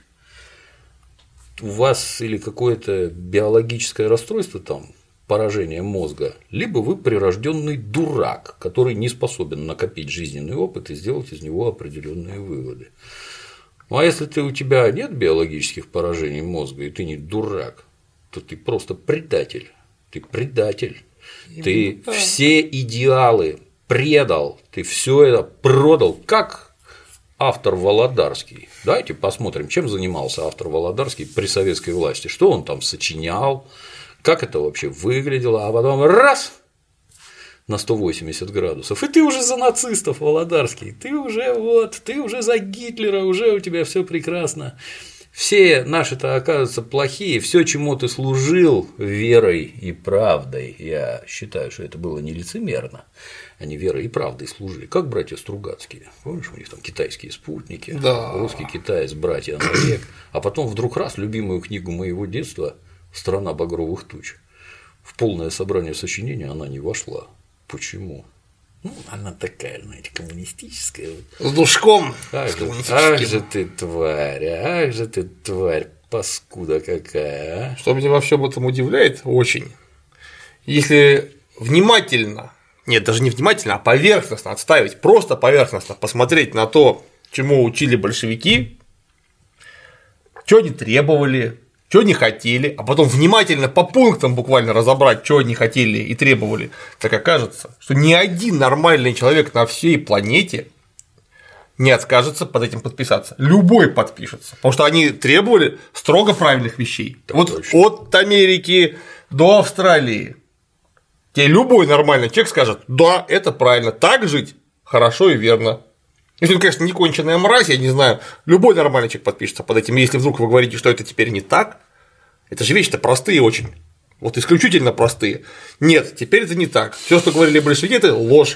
у вас или какое-то биологическое расстройство, там, поражение мозга, либо вы прирожденный дурак, который не способен накопить жизненный опыт и сделать из него определенные выводы. Ну а если ты, у тебя нет биологических поражений мозга, и ты не дурак, то ты просто предатель. Ты предатель. Именно ты так. Все идеалы предал, ты все это продал, как автор Володарский. Давайте посмотрим, чем занимался автор Володарский при советской власти, что он там сочинял, как это вообще выглядело, а потом раз на сто восемьдесят градусов, и ты уже за нацистов, Володарский, ты уже вот, ты уже за Гитлера, уже у тебя все прекрасно. Все наши-то, оказываются, плохие, все, чему ты служил верой и правдой, я считаю, что это было не лицемерно, они верой и правдой служили, как братья Стругацкие, помнишь, у них там китайские спутники, да. Русский китаец, братья на век, а потом вдруг раз любимую книгу моего детства «Страна багровых туч», в полное собрание сочинений она не вошла. Почему? Ну, она такая, знаете, коммунистическая. С душком. Ах, же, ах же ты тварь, ах же ты тварь, паскуда какая, а? Что меня во всем этом удивляет очень, если внимательно, нет, даже не внимательно, а поверхностно отставить, просто поверхностно посмотреть на то, чему учили большевики, что они требовали, что не хотели, а потом внимательно по пунктам буквально разобрать, что они хотели и требовали, так окажется, что ни один нормальный человек на всей планете не откажется под этим подписаться. Любой подпишется, потому что они требовали строго правильных вещей. Так вот точно. От Америки до Австралии. Тебе любой нормальный человек скажет: да, это правильно, так жить хорошо и верно. Если он, конечно, не конченая мразь, я не знаю, любой нормальный человек подпишется под этим. Если вдруг вы говорите, что это теперь не так, это же вещи-то простые очень, вот исключительно простые. Нет, теперь это не так. Все, что говорили большевики, это ложь.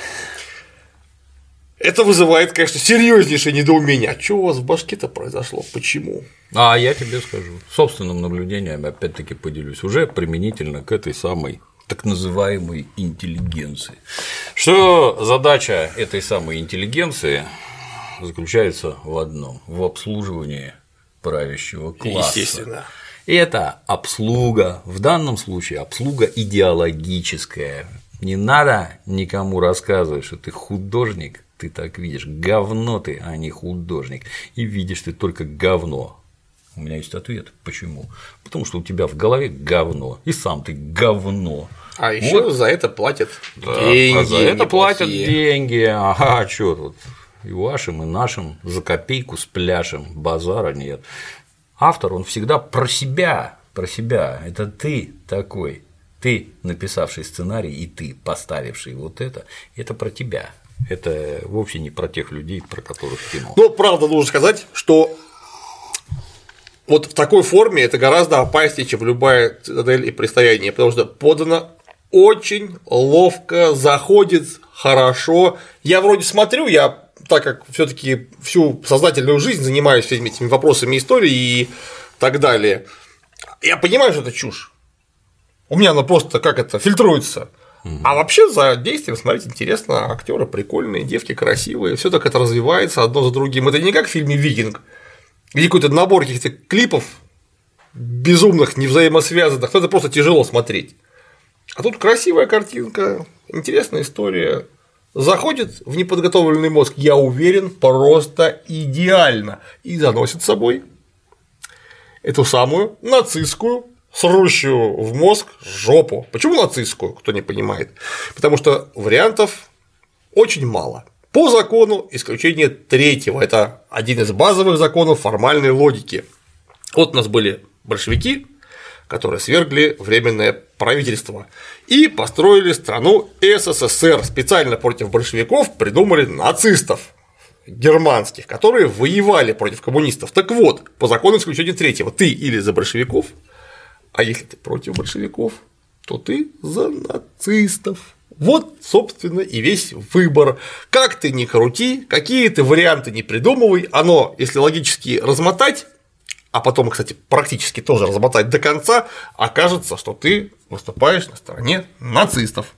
Это вызывает, конечно, серьезнейшее недоумение. А что у вас в башке-то произошло? Почему? А я тебе скажу. Собственным наблюдением, опять-таки, поделюсь, уже применительно к этой самой так называемой интеллигенции. Что задача этой самой интеллигенции заключается в одном – в обслуживании правящего класса. Естественно. И это обслуга, в данном случае обслуга идеологическая. Не надо никому рассказывать, что ты художник, ты так видишь, говно ты, а не художник, и видишь ты только говно. У меня есть ответ. Почему? Потому что у тебя в голове говно, и сам ты говно. А еще вот. За это платят да, деньги. А за это неплохие. платят деньги. Ага, а что тут? И вашим, и нашим за копейку спляшем, базара нет. Автор, он всегда про себя, про себя. Это ты такой. Ты, написавший сценарий, и ты, поставивший вот это, это про тебя. Это вовсе не про тех людей, про которых кино. Но правда нужно сказать, что вот в такой форме это гораздо опаснее, чем любая цитадель и предстояние, потому что подано очень ловко, заходит хорошо. Я вроде смотрю, я так как все-таки всю сознательную жизнь занимаюсь всеми этими вопросами истории и так далее, я понимаю, что это чушь. У меня оно просто как это фильтруется. Mm-hmm. А вообще за действием смотреть интересно, актеры прикольные, девки красивые, все так это развивается одно за другим. Это не как в фильме «Викинг», где какой-то набор каких-то клипов безумных, невзаимосвязанных, это просто тяжело смотреть. А тут красивая картинка, интересная история. Заходит в неподготовленный мозг, я уверен, просто идеально. И заносит с собой эту самую нацистскую, срущую в мозг жопу. Почему нацистскую, кто не понимает? Потому что вариантов очень мало. По закону исключение третьего. Это один из базовых законов формальной логики. Вот у нас были большевики, которые свергли временное правительство и построили страну СССР. Специально против большевиков придумали нацистов германских, которые воевали против коммунистов. Так вот, по закону исключения третьего, ты или за большевиков, а если ты против большевиков, то ты за нацистов. Вот, собственно, и весь выбор. Как ты ни крути, какие ты варианты не придумывай, оно, если логически размотать, а потом, кстати, практически тоже размотать до конца, окажется, что ты выступаешь на стороне нацистов.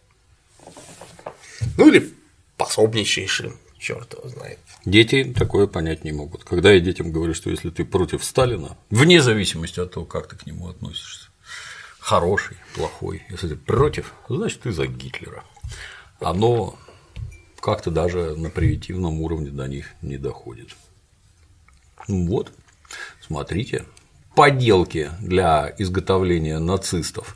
Ну или пособничаешь им, чёрт его знает. Дети такое понять не могут. Когда я детям говорю, что если ты против Сталина, вне зависимости от того, как ты к нему относишься, хороший, плохой, если ты против, значит, ты за Гитлера. Оно как-то даже на примитивном уровне до них не доходит. Вот. Смотрите, поделки для изготовления нацистов.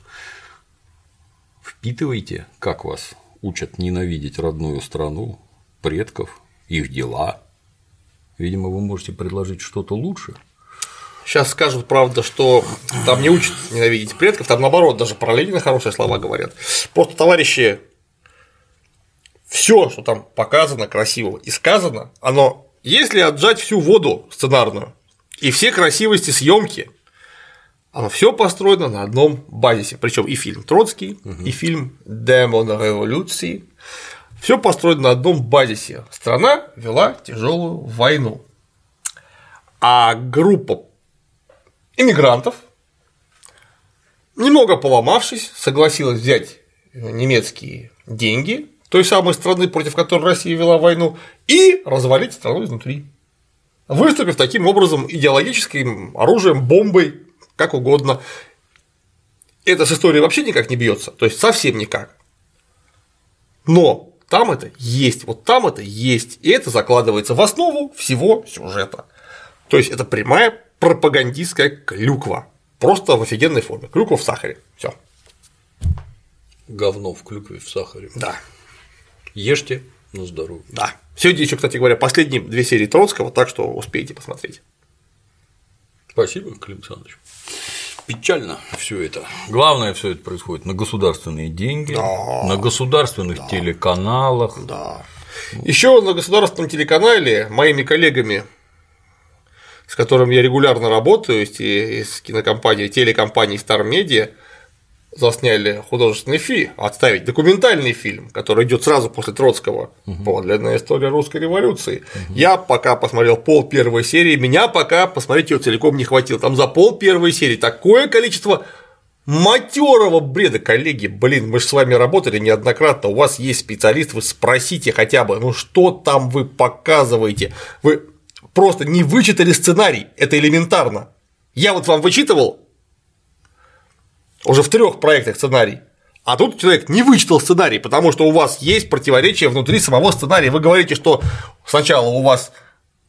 Впитывайте, как вас учат ненавидеть родную страну, предков, их дела. Видимо, вы можете предложить что-то лучше. Сейчас скажут, правда, что там не учат ненавидеть предков, там наоборот, даже про Ленина хорошие слова говорят. Просто, товарищи, все, что там показано красивого и сказано, оно, если отжать всю воду сценарную, и все красивости съемки, оно все построено на одном базисе. Причем и фильм Троцкий, угу. и фильм Демон революции. Все построено на одном базисе. Страна вела тяжелую войну. А группа иммигрантов, немного поломавшись, согласилась взять немецкие деньги той самой страны, против которой Россия вела войну, и развалить страну изнутри. Выступив таким образом идеологическим оружием, бомбой, как угодно. Это с историей вообще никак не бьется, то есть совсем никак. Но там это есть, вот там это есть, и это закладывается в основу всего сюжета. То есть это прямая пропагандистская клюква, просто в офигенной форме. Клюква в сахаре. Все. Говно в клюкве в сахаре. Да. Ешьте на здоровье. Да. Сегодня еще, кстати говоря, последние две серии Троцкого, так что успеете посмотреть. Спасибо, Клим Александрович. Печально все это. Главное, все это происходит на государственные деньги, да, на государственных да. телеканалах. Да. Еще на государственном телеканале моими коллегами, с которыми я регулярно работаю, из кинокомпании, телекомпании Star Media, засняли художественный фильм, отставить документальный фильм, который идет сразу после Троцкого, угу. подлинная история русской революции. Угу. Я пока посмотрел пол первой серии, меня пока посмотреть ее целиком не хватило. Там за пол первой серии такое количество матерого бреда, коллеги, блин, мы же с вами работали неоднократно, у вас есть специалист, вы спросите хотя бы, ну что там вы показываете, вы просто не вычитали сценарий, это элементарно. Я вот вам вычитывал уже в трех проектах сценарий, а тут человек не вычитал сценарий, потому что у вас есть противоречие внутри самого сценария. Вы говорите, что сначала у вас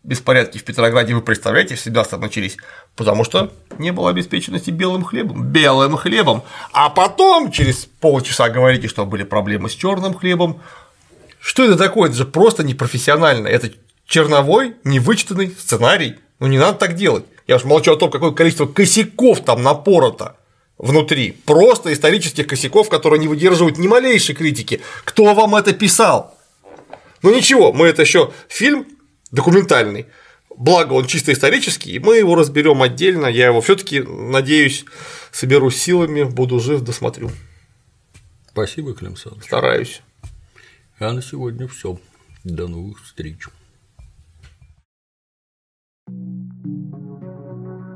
беспорядки в Петрограде, вы представляете, всегда начались, потому что не было обеспеченности белым хлебом, белым хлебом, а потом через полчаса говорите, что были проблемы с черным хлебом. Что это такое? Это же просто непрофессионально, это черновой, невычитанный сценарий, ну не надо так делать. Я уж молчу о том, какое количество косяков там напорото внутри, просто исторических косяков, которые не выдерживают ни малейшей критики. Кто вам это писал? Ну ничего, мы это еще фильм документальный, благо он чисто исторический, и мы его разберем отдельно. Я его все-таки, надеюсь, соберусь силами, буду жив, досмотрю. Спасибо, Клим Саныч. Стараюсь. А на сегодня все. До новых встреч.